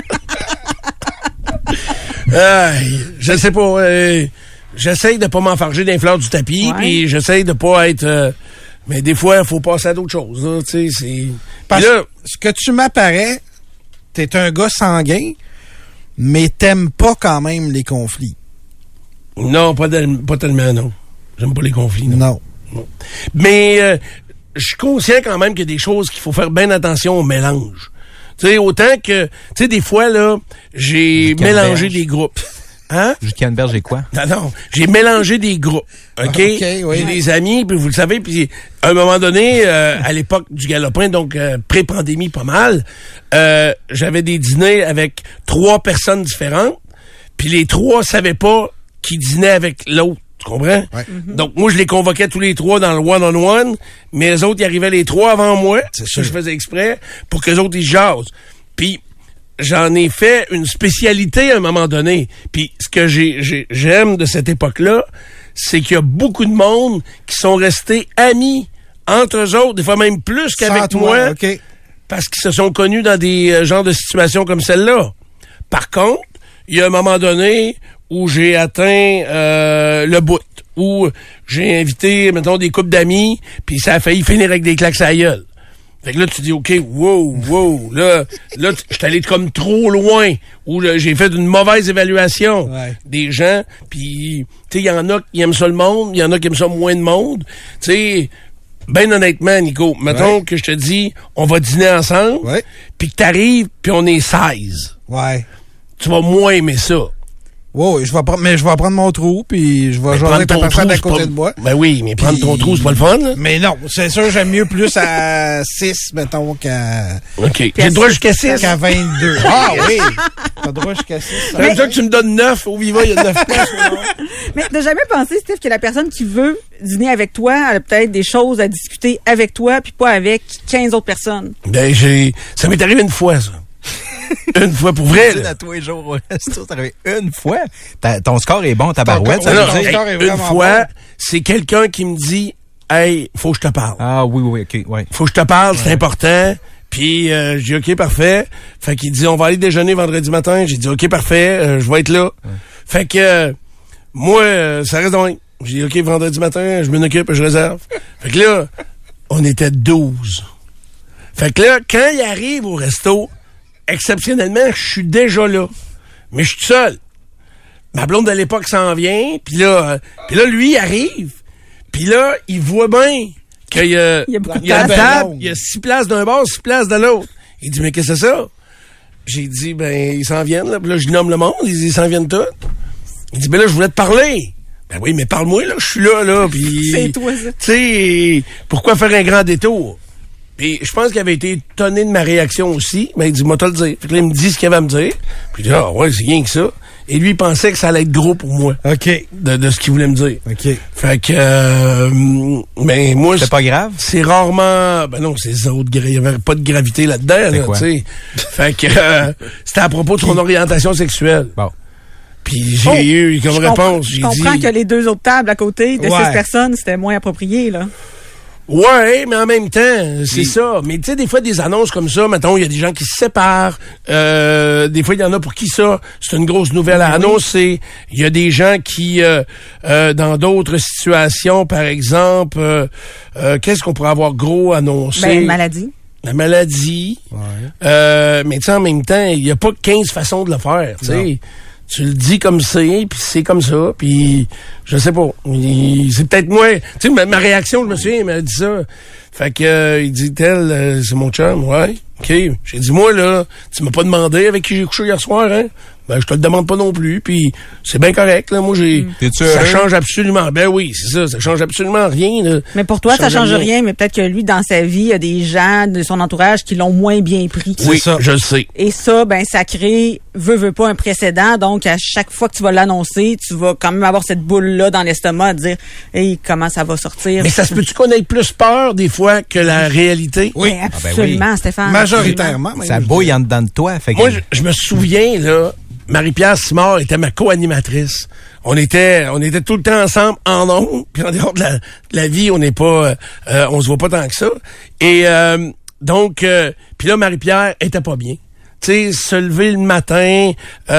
Speaker 2: Aïe, je sais pas. Euh, j'essaye de pas m'enfarger d'un fleur du tapis, ouais. Puis j'essaye de pas être... Euh, mais des fois, il faut passer à d'autres choses. Là, c'est...
Speaker 5: Parce là, ce que tu m'apparais, t'es un gars sanguin, mais t'aimes pas quand même les conflits.
Speaker 2: Non, pas, de, pas tellement, non. J'aime pas les conflits. Non.
Speaker 5: non.
Speaker 2: non. Mais euh, je suis conscient quand même qu'il y a des choses qu'il faut faire bien attention au mélange. Tu sais, autant que, tu sais, des fois, là, j'ai mélangé des groupes. Hein?
Speaker 7: Jusqu'à Berge et quoi?
Speaker 2: Non, non, j'ai mélangé des groupes, OK?
Speaker 5: okay oui.
Speaker 2: J'ai des amis, puis vous le savez, puis à un moment donné, euh, à l'époque du Galopin, donc euh, pré-pandémie pas mal, euh, j'avais des dîners avec trois personnes différentes, puis les trois savaient pas qui dînaient avec l'autre. Tu comprends?
Speaker 5: Ouais.
Speaker 2: Mm-hmm. Donc, moi, je les convoquais tous les trois dans le one-on-one, mais les autres, ils arrivaient les trois avant moi. C'est ça, je faisais exprès, pour que les autres, ils jasent. Puis, j'en ai fait une spécialité à un moment donné. Puis ce que j'ai, j'ai j'aime de cette époque-là, c'est qu'il y a beaucoup de monde qui sont restés amis entre eux autres, des fois même plus qu'avec
Speaker 5: Sans toi,
Speaker 2: moi,
Speaker 5: okay.
Speaker 2: parce qu'ils se sont connus dans des euh, genres de situations comme celle-là. Par contre, il y a un moment donné où j'ai atteint euh, le bout, où j'ai invité, mettons, des couples d'amis, puis ça a failli finir avec des claques à la gueule. Fait que là, tu dis, OK, wow, wow, là, là, je suis allé comme trop loin, où là, j'ai fait une mauvaise évaluation
Speaker 5: ouais.
Speaker 2: des gens, puis, tu sais, il y en a qui aiment ça le monde, il y en a qui aiment ça moins de monde, tu sais, ben honnêtement, Nico, mettons ouais. que je te dis, on va dîner ensemble,
Speaker 5: ouais.
Speaker 2: puis que t'arrives, puis on est seize.
Speaker 5: Ouais.
Speaker 2: Tu vas moins aimer ça.
Speaker 5: Oui, je vais prendre, mais je vais prendre mon trou, puis je vais
Speaker 2: mais
Speaker 5: jaser ta personne à côté
Speaker 2: pas...
Speaker 5: de moi.
Speaker 2: Ben oui, mais prendre
Speaker 5: puis...
Speaker 2: ton trou, c'est pas le fun, là?
Speaker 5: Mais non, c'est sûr, j'aime mieux plus à six, mettons, qu'à...
Speaker 2: OK. J'ai le droit jusqu'à six?
Speaker 5: Qu'à vingt-deux. Ah oui! T'as le droit jusqu'à six.
Speaker 2: C'est comme ça que tu me donnes neuf. Au Viva, il y a neuf places.
Speaker 6: Mais t'as jamais pensé, Steve, que la personne qui veut dîner avec toi, elle a peut-être des choses à discuter avec toi, puis pas avec quinze autres personnes?
Speaker 2: Ben, j'ai... Ça m'est arrivé une fois, ça. Une fois pour vrai.
Speaker 7: Tu à tous les jours au resto, c'est arrivé une fois. Ta, ton score est bon, ta barouette.
Speaker 2: Ça non, hey, est une fois, bon. C'est quelqu'un qui me dit, hey, faut que je te parle.
Speaker 7: Ah oui, oui, ok, ouais.
Speaker 2: Faut que je te parle, ouais. C'est important. Puis euh, j'ai dit, ok, parfait. Fait qu'il dit, on va aller déjeuner vendredi matin. J'ai dit, ok, parfait, euh, je vais être là. Ouais. Fait que euh, moi, euh, ça reste donc. J'ai dit, ok, vendredi matin, je m'en occupe, je réserve. Fait que là, on était douze. Fait que là, quand il arrive au resto, exceptionnellement, je suis déjà là. Mais je suis seul. Ma blonde de l'époque s'en vient, puis là, euh, puis là, lui, il arrive, puis là, il voit bien qu'il y a,
Speaker 6: il y a, beaucoup
Speaker 2: il y a une table, il y a six places d'un bord, six places de l'autre. Il dit, mais qu'est-ce que c'est ça? J'ai dit, ben, ils s'en viennent, là. Puis là, je nomme le monde, ils, ils s'en viennent tous. Il dit, ben là, je voulais te parler. Ben oui, mais parle-moi, là, je suis là, là, puis...
Speaker 6: C'est toi, ça.
Speaker 2: Tu sais, pourquoi faire un grand détour? Puis je pense qu'il avait été étonné de ma réaction aussi. Mais il dit, moi, t'as le dire. Fait que là, il me dit ce qu'il avait à me dire. Puis il dit, ah ouais, c'est rien que ça. Et lui, il pensait que ça allait être gros pour moi.
Speaker 5: OK.
Speaker 2: De, de ce qu'il voulait me dire.
Speaker 5: OK.
Speaker 2: Fait que, euh, mais moi...
Speaker 7: C'est pas grave?
Speaker 2: C'est rarement... Ben non, c'est les autres... Il y avait pas de gravité là-dedans, là, tu sais. Fait que, euh, c'était à propos de son orientation sexuelle.
Speaker 7: Bon.
Speaker 2: Puis j'ai
Speaker 6: oh,
Speaker 2: eu comme
Speaker 6: je
Speaker 2: réponse,
Speaker 6: comprends,
Speaker 2: j'ai
Speaker 6: Je comprends
Speaker 2: dit,
Speaker 6: que les deux autres tables à côté de
Speaker 5: ouais.
Speaker 6: six personnes, c'était moins approprié, là.
Speaker 2: Ouais, mais en même temps, c'est oui. ça. Mais tu sais, des fois, des annonces comme ça, mettons, il y a des gens qui se séparent. Euh, des fois, il y en a pour qui ça, c'est une grosse nouvelle à annoncer. Il y a des gens qui, euh, euh, dans d'autres situations, par exemple, euh, euh, qu'est-ce qu'on pourrait avoir gros annoncé?
Speaker 6: Ben, une maladie.
Speaker 2: La maladie.
Speaker 5: Ouais.
Speaker 2: Euh, mais tu sais, en même temps, il n'y a pas quinze façons de le faire, tu sais. Tu le dis comme c'est, puis c'est comme ça, puis je sais pas. Il, c'est peut-être moi. Tu sais, ma, ma réaction, je me souviens, il m'a dit ça. Fait que euh, il dit, tel, euh, c'est mon chum, ouais. OK. J'ai dit, moi, là, tu m'as pas demandé avec qui j'ai couché hier soir, hein? Ben, je te le demande pas non plus, puis c'est bien correct, là. Moi, j'ai...
Speaker 7: Mm.
Speaker 2: Ça change absolument... Ben oui, c'est ça, ça change absolument rien, là.
Speaker 6: Mais pour toi, ça change, ça change rien. rien, mais peut-être que lui, dans sa vie, il y a des gens de son entourage qui l'ont moins bien pris.
Speaker 2: Oui, ça. Je le sais.
Speaker 6: Et ça, ben, ça crée, veut, veut pas, un précédent. Donc, à chaque fois que tu vas l'annoncer, tu vas quand même avoir cette boule-là dans l'estomac à dire, hey, comment ça va sortir?
Speaker 2: Mais ça se peut-tu qu'on ait plus peur, des fois, que la réalité?
Speaker 6: Oui, ben, absolument, ah ben oui. Stéphane.
Speaker 5: Majoritairement.
Speaker 7: Ça bouille en dedans de toi. Fait que...
Speaker 2: Moi, je, je me souviens, là, Marie-Pierre Simard était ma co-animatrice. On était, on était tout le temps ensemble en ondes, puis en dehors de la, de la vie, on n'est pas, euh, on se voit pas tant que ça. Et euh, donc, euh, puis là, Marie-Pierre était pas bien. Tu sais, se lever le matin,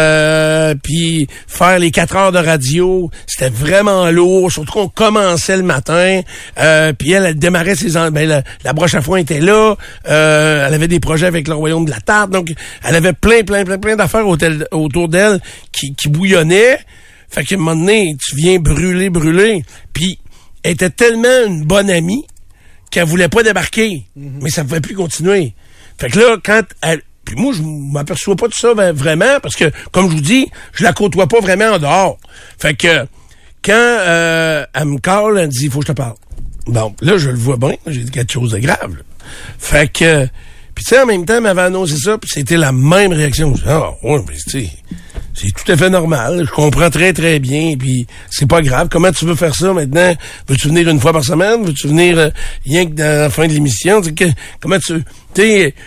Speaker 2: euh, puis faire les quatre heures de radio, c'était vraiment lourd. Surtout qu'on commençait le matin, euh, puis elle, elle démarrait ses... En... Ben, la, la broche à foin était là, euh, elle avait des projets avec le Royaume de la Tarte, donc elle avait plein, plein, plein, plein d'affaires autour d'elle qui, qui bouillonnaient. Fait qu'à un moment donné, tu viens brûler, brûler. Puis elle était tellement une bonne amie qu'elle voulait pas débarquer. Mm-hmm. Mais ça ne pouvait plus continuer. Fait que là, quand elle... Puis moi, je m'aperçois pas de ça vraiment, parce que, comme je vous dis, je la côtoie pas vraiment en dehors. Fait que, quand euh, elle me call, elle me dit, il faut que je te parle. Bon, là, je le vois bien, j'ai dit quelque chose de grave. Là. Fait que, puis tu sais, en même temps, elle m'avait annoncé ça, puis c'était la même réaction. Je dis, ah, ouais, mais tu sais, c'est tout à fait normal. Je comprends très, très bien, puis c'est pas grave. Comment tu veux faire ça maintenant? Veux-tu venir une fois par semaine? Veux-tu venir euh, rien que dans la fin de l'émission? Que, comment tu... Tu sais...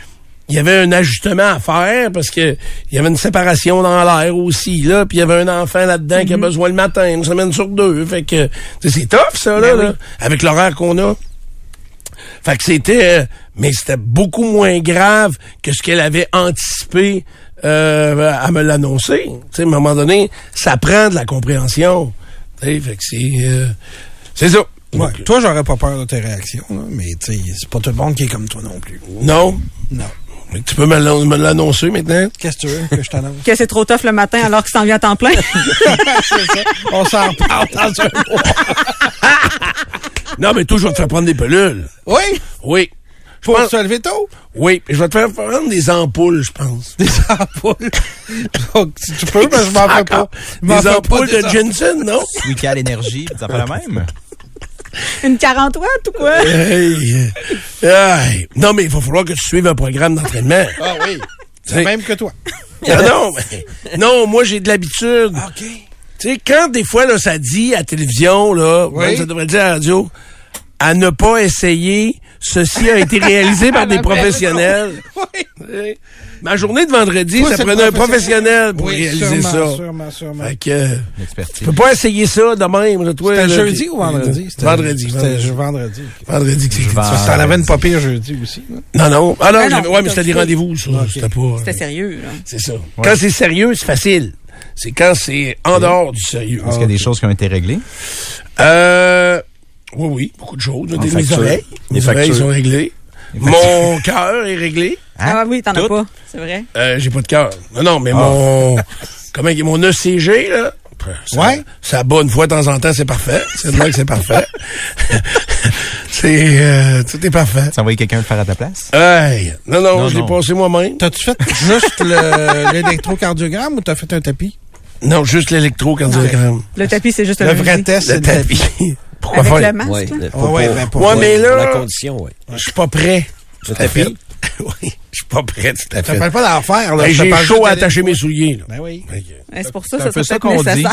Speaker 2: il y avait un ajustement à faire parce que il y avait une séparation dans l'air aussi, là, puis il y avait un enfant là-dedans mm-hmm. qui a besoin le matin, une semaine sur deux. Fait que c'est tough, ça, là, ben là oui. avec l'horaire qu'on a. Fait que c'était... Mais c'était beaucoup moins grave que ce qu'elle avait anticipé euh, à me l'annoncer. Tu sais, à un moment donné, ça prend de la compréhension. Tu sais, fait que c'est... Euh, c'est ça.
Speaker 5: Ouais, Donc, toi, j'aurais pas peur de tes réactions, là, mais tu sais, c'est pas tout le monde qui est comme toi non plus.
Speaker 2: Non?
Speaker 5: Non.
Speaker 2: Mais tu peux me l'annoncer maintenant?
Speaker 5: Qu'est-ce que tu veux que je t'annonce?
Speaker 6: Que c'est trop tough le matin alors qu'il s'en vient à temps plein.
Speaker 5: C'est ça. On s'en parle dans un mois.
Speaker 2: Non, mais toi, je vais te faire prendre des pelules.
Speaker 5: Oui?
Speaker 2: Oui.
Speaker 5: Pour pense... se lever tôt?
Speaker 2: Oui, je vais te faire prendre des ampoules, je pense.
Speaker 5: Des ampoules? Donc, si tu peux, mais je m'en fais pas.
Speaker 2: Des ampoules de Jensen, non?
Speaker 7: Sweetal Énergie, ça fait la même.
Speaker 6: Une quarante watts ou quoi?
Speaker 2: Hey, hey. Non, mais il va falloir que tu suives un programme d'entraînement.
Speaker 5: Ah oui. C'est même que toi.
Speaker 2: Ah non, mais, non, moi, j'ai de l'habitude.
Speaker 5: OK.
Speaker 2: Tu sais, quand des fois, là, ça dit à la télévision, là, oui. même ça devrait dire à la radio, à ne pas essayer, ceci a été réalisé par des professionnels. Oui. Ma journée de vendredi, toi, ça prenait un professionnel pour oui, réaliser
Speaker 5: sûrement,
Speaker 2: ça.
Speaker 5: Sûrement, sûrement.
Speaker 2: Fait que, tu peux pas essayer ça de même. Là, toi,
Speaker 5: c'était
Speaker 2: là,
Speaker 5: jeudi ou vendredi?
Speaker 2: C'était vendredi.
Speaker 5: C'était vendredi. Vendredi,
Speaker 2: okay. vendredi que c'est
Speaker 5: ça. Ça en avait une pas pire jeudi aussi. Là.
Speaker 2: Non, non. Ah non, ah non ouais, mais c'était des rendez-vous, ça. Okay. C'était pas...
Speaker 6: C'était sérieux, là.
Speaker 2: C'est ça. Ouais. Quand c'est sérieux, c'est facile. C'est quand c'est en oui. dehors du sérieux.
Speaker 7: Est-ce qu'il y a des choses qui ont été réglées?
Speaker 2: Euh... Oui, oui, beaucoup de choses. Des, mes oreilles. Mes oreilles sont réglées. Mon cœur est réglé.
Speaker 6: Hein? Ah oui, t'en as pas, c'est vrai.
Speaker 2: Euh, j'ai pas de cœur. Non, non, mais ah. mon... Comment mon E C G, là... Ça,
Speaker 5: ouais.
Speaker 2: Ça bat une fois de temps en temps, c'est parfait. C'est là que c'est parfait. c'est... Euh, tout est parfait.
Speaker 7: Tu as envoyé quelqu'un le faire à ta place?
Speaker 2: Hey, non, non, non je l'ai passé moi-même.
Speaker 5: T'as-tu fait juste l'électrocardiogramme ou t'as fait un tapis?
Speaker 2: Non, juste l'électrocardiogramme.
Speaker 6: Le tapis, c'est juste
Speaker 5: le vrai test,
Speaker 2: c'est le tapis.
Speaker 6: Pourquoi Avec faire? Le masque?
Speaker 1: Ouais,
Speaker 6: là?
Speaker 1: pour,
Speaker 2: ouais,
Speaker 1: pour,
Speaker 2: ben
Speaker 1: pour,
Speaker 2: ouais, mais là,
Speaker 1: la condition, ouais.
Speaker 2: Je suis pas prêt.
Speaker 1: Le tapis?
Speaker 2: Oui, je suis pas prêt, tout à fait.
Speaker 5: Ça s'appelle pas d'en faire, là.
Speaker 2: Ben, j'ai chaud à attacher mes souliers, là.
Speaker 5: Ben oui.
Speaker 6: Ben, c'est pour ça,
Speaker 7: c'est
Speaker 6: ça,
Speaker 7: ça
Speaker 6: peut être nécessaire.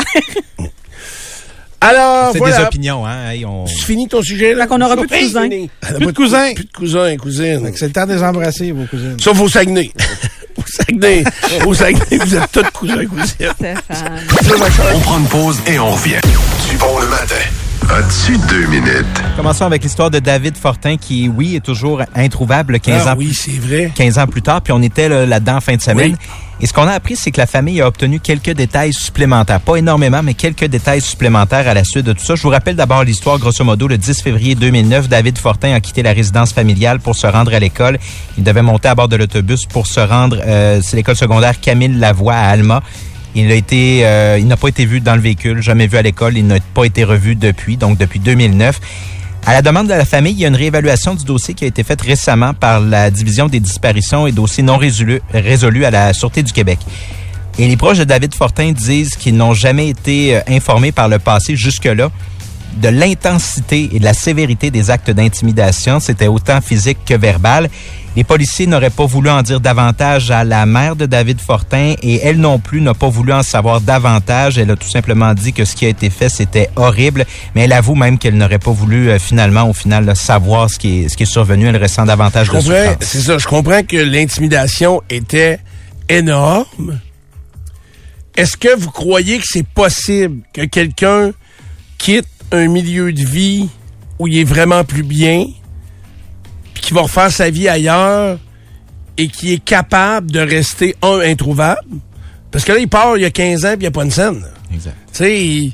Speaker 2: Alors,
Speaker 7: c'est
Speaker 2: voilà.
Speaker 7: des opinions, hein. Hey, on...
Speaker 2: Tu finis ton sujet, là?
Speaker 6: Fait qu'on aura plus de cousins.
Speaker 5: Plus de cousins.
Speaker 2: Plus de cousins et cousines.
Speaker 5: C'est le temps de les embrasser, vos cousines.
Speaker 2: Sauf au Saguenay. Au Saguenay. Au Saguenay, vous êtes tous cousins et cousines.
Speaker 6: Stéphane.
Speaker 4: On prend une pause et on revient. Du bon le matin. As-tu deux minutes?
Speaker 7: Commençons avec l'histoire de David Fortin qui, oui, est toujours introuvable quinze
Speaker 2: ah,
Speaker 7: ans.
Speaker 2: Oui, c'est vrai.
Speaker 7: quinze ans plus tard, puis on était là, là-dedans en fin de semaine.
Speaker 2: Oui.
Speaker 7: Et ce qu'on a appris, c'est que la famille a obtenu quelques détails supplémentaires. Pas énormément, mais quelques détails supplémentaires à la suite de tout ça. Je vous rappelle d'abord l'histoire, grosso modo, le dix février deux mille neuf, David Fortin a quitté la résidence familiale pour se rendre à l'école. Il devait monter à bord de l'autobus pour se rendre, euh, c'est l'école secondaire Camille Lavoie à Alma. Il a été, euh, il n'a pas été vu dans le véhicule, jamais vu à l'école. Il n'a pas été revu depuis, donc depuis deux mille neuf. À la demande de la famille, il y a une réévaluation du dossier qui a été faite récemment par la Division des disparitions et dossiers non résolus, résolus à la Sûreté du Québec. Et les proches de David Fortin disent qu'ils n'ont jamais été informés par le passé jusque-là de l'intensité et de la sévérité des actes d'intimidation. C'était autant physique que verbal. Les policiers n'auraient pas voulu en dire davantage à la mère de David Fortin et elle non plus n'a pas voulu en savoir davantage. Elle a tout simplement dit que ce qui a été fait, c'était horrible, mais elle avoue même qu'elle n'aurait pas voulu euh, finalement, au final, là, savoir ce qui est, ce qui est survenu. Elle ressent davantage de souffrance.
Speaker 2: C'est ça, je comprends que l'intimidation était énorme. Est-ce que vous croyez que c'est possible que quelqu'un quitte un milieu de vie où il est vraiment plus bien, puis qui va refaire sa vie ailleurs et qui est capable de rester, un, introuvable? Parce que là, il part il y a quinze ans puis il n'y a pas une scène.
Speaker 7: Exact.
Speaker 2: Tu sais, il...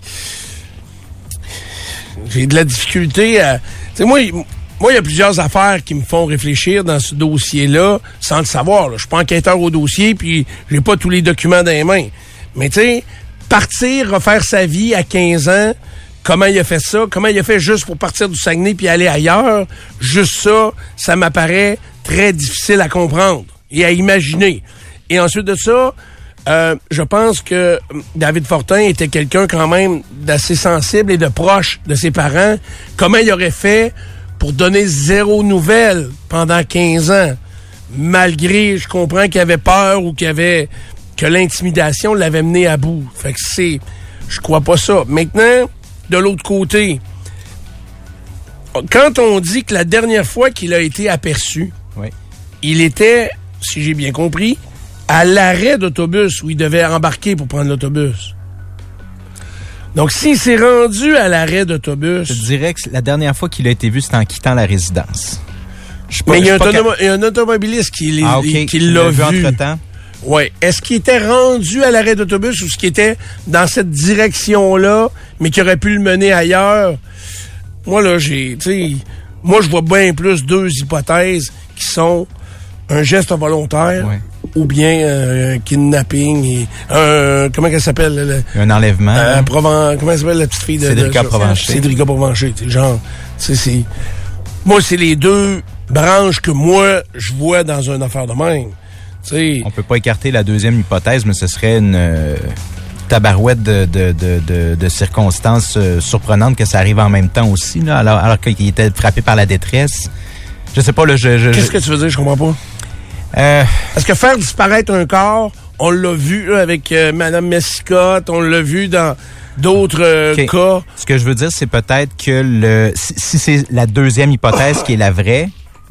Speaker 2: j'ai de la difficulté à... Tu sais, moi, il... moi, il y a plusieurs affaires qui me font réfléchir dans ce dossier-là sans le savoir. Là. Je suis pas enquêteur au dossier puis j'ai pas tous les documents dans les mains. Mais tu sais, partir, refaire sa vie à quinze ans... Comment il a fait ça? Comment il a fait juste pour partir du Saguenay puis aller ailleurs? Juste ça, ça m'apparaît très difficile à comprendre et à imaginer. Et ensuite de ça, euh, je pense que David Fortin était quelqu'un quand même d'assez sensible et de proche de ses parents. Comment il aurait fait pour donner zéro nouvelle pendant quinze ans? Malgré, je comprends qu'il avait peur ou qu'il avait que l'intimidation l'avait mené à bout. Fait que c'est... Je crois pas ça. Maintenant... De l'autre côté, quand on dit que la dernière fois qu'il a été aperçu,
Speaker 7: oui.
Speaker 2: il était si j'ai bien compris, à l'arrêt d'autobus où il devait embarquer pour prendre l'autobus. Donc, s'il s'est rendu à l'arrêt d'autobus...
Speaker 7: Je dirais que la dernière fois qu'il a été vu, c'était en quittant la résidence.
Speaker 2: Pas, mais il y, a un automo- il y a un automobiliste qui,
Speaker 7: ah, okay.
Speaker 2: qui l'a vu.
Speaker 7: vu entre-temps.
Speaker 2: Oui. Est-ce qu'il était rendu à l'arrêt d'autobus ou est-ce qu'il était dans cette direction-là, mais qui aurait pu le mener ailleurs? Moi, là, j'ai... tu sais, moi, je vois bien plus deux hypothèses qui sont un geste volontaire ouais. ou bien euh, un kidnapping et un... comment qu'elle s'appelle? Le,
Speaker 7: un enlèvement.
Speaker 2: Euh, Proven- comment elle s'appelle la petite fille de...
Speaker 7: Cédrica
Speaker 2: de,
Speaker 7: Provencher.
Speaker 2: Cédrica Provencher. Genre, c'est, c'est... Moi, c'est les deux branches que moi, je vois dans une affaire de même. T'sais.
Speaker 7: On peut pas écarter la deuxième hypothèse, mais ce serait une euh, tabarouette de, de, de, de, de circonstances euh, surprenantes que ça arrive en même temps aussi, là, alors, alors qu'il était frappé par la détresse. Je sais pas, là, je... je
Speaker 2: Qu'est-ce
Speaker 7: je...
Speaker 2: que tu veux dire? Je comprends pas.
Speaker 7: Euh...
Speaker 2: Parce que faire disparaître un corps, on l'a vu là, avec euh, Mme Messicotte, on l'a vu dans d'autres euh,
Speaker 7: okay.
Speaker 2: cas.
Speaker 7: Ce que je veux dire, c'est peut-être que le si, si c'est la deuxième hypothèse qui est la vraie,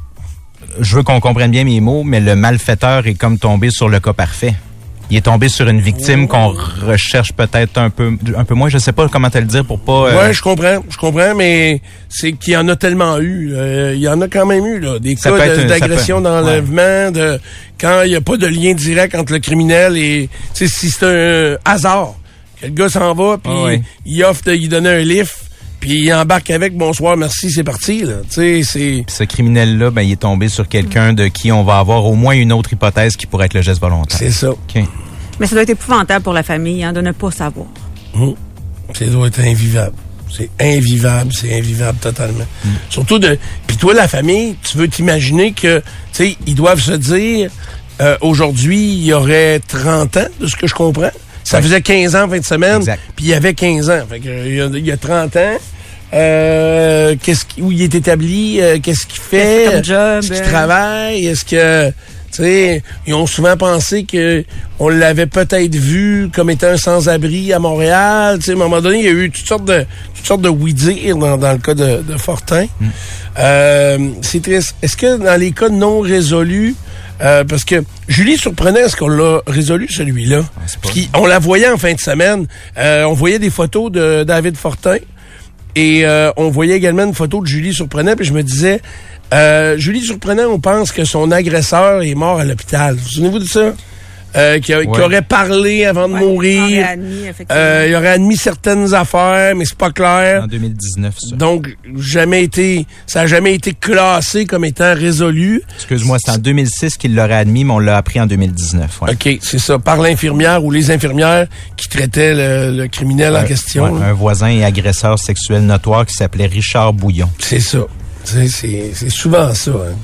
Speaker 7: je veux qu'on comprenne bien mes mots, mais le malfaiteur est comme tombé sur le cas parfait. Il est tombé sur une victime oh. qu'on recherche peut-être un peu un peu moins. Je sais pas comment te le dire pour pas...
Speaker 2: Euh...
Speaker 7: Ouais,
Speaker 2: je comprends. Je comprends, mais c'est qu'il y en a tellement eu. Euh, il y en a quand même eu, là. Des
Speaker 7: ça
Speaker 2: cas de,
Speaker 7: un,
Speaker 2: d'agression,
Speaker 7: peut,
Speaker 2: d'enlèvement,
Speaker 7: ouais.
Speaker 2: de quand il n'y a pas de lien direct entre le criminel et... Tu sais, si c'est un hasard, que le gars s'en va, puis oh, ouais. il offre de lui donner un lift, puis il embarque avec, bonsoir, merci, c'est parti, là. Tu sais, c'est...
Speaker 7: Puis ce criminel-là, ben, il est tombé sur quelqu'un de qui on va avoir au moins une autre hypothèse qui pourrait être le geste volontaire.
Speaker 2: C'est ça.
Speaker 7: Okay.
Speaker 6: Mais ça doit être épouvantable pour la famille, hein, de ne pas savoir.
Speaker 2: Mmh. Ça doit être invivable. C'est invivable, c'est invivable totalement. Mmh. Surtout de... Puis toi, la famille, tu veux t'imaginer que, tu sais, ils doivent se dire, euh, aujourd'hui, il y aurait trente ans, de ce que je comprends. Ça ouais. faisait quinze ans en fin de semaine, puis il y avait quinze ans. Fait que, il, y a, il y a trente ans. Euh, qu'est-ce qui, où il est établi? Euh, qu'est-ce qu'il fait?
Speaker 6: Comme job,
Speaker 2: est-ce qu'il travaille? Est-ce que... Tu sais, ils ont souvent pensé que on l'avait peut-être vu comme étant un sans-abri à Montréal. Tu sais, à un moment donné, il y a eu toutes sortes de toutes sortes de oui-dire dans, dans le cas de, de Fortin. Mm. Euh, c'est triste. Est-ce que dans les cas non résolus, euh, parce que Julie surprenait, est-ce qu'on l'a résolu celui-là? Parce qu'on la voyait en fin de semaine. Euh, on voyait des photos de David Fortin et euh, on voyait également une photo de Julie Surprenant. Puis je me disais... Euh, Julie Surprenant, on pense que son agresseur est mort à l'hôpital. Vous souvenez-vous de ça? Euh, qui, a, ouais. qui aurait parlé avant de ouais, mourir. Il aurait, admis, euh, il aurait admis certaines affaires, mais c'est pas clair.
Speaker 7: En deux mille dix-neuf, ça.
Speaker 2: Donc, jamais été, ça a jamais été classé comme étant résolu.
Speaker 7: Excuse-moi, c'est en deux mille six qu'il l'aurait admis, mais on l'a appris en deux mille dix-neuf. Ouais.
Speaker 2: OK, c'est ça. Par l'infirmière ou les infirmières qui traitaient le, le criminel
Speaker 7: ouais,
Speaker 2: en question.
Speaker 7: Ouais, un voisin et agresseur sexuel notoire qui s'appelait Richard Bouillon.
Speaker 2: C'est ça. C'est, c'est, c'est souvent ça, hein.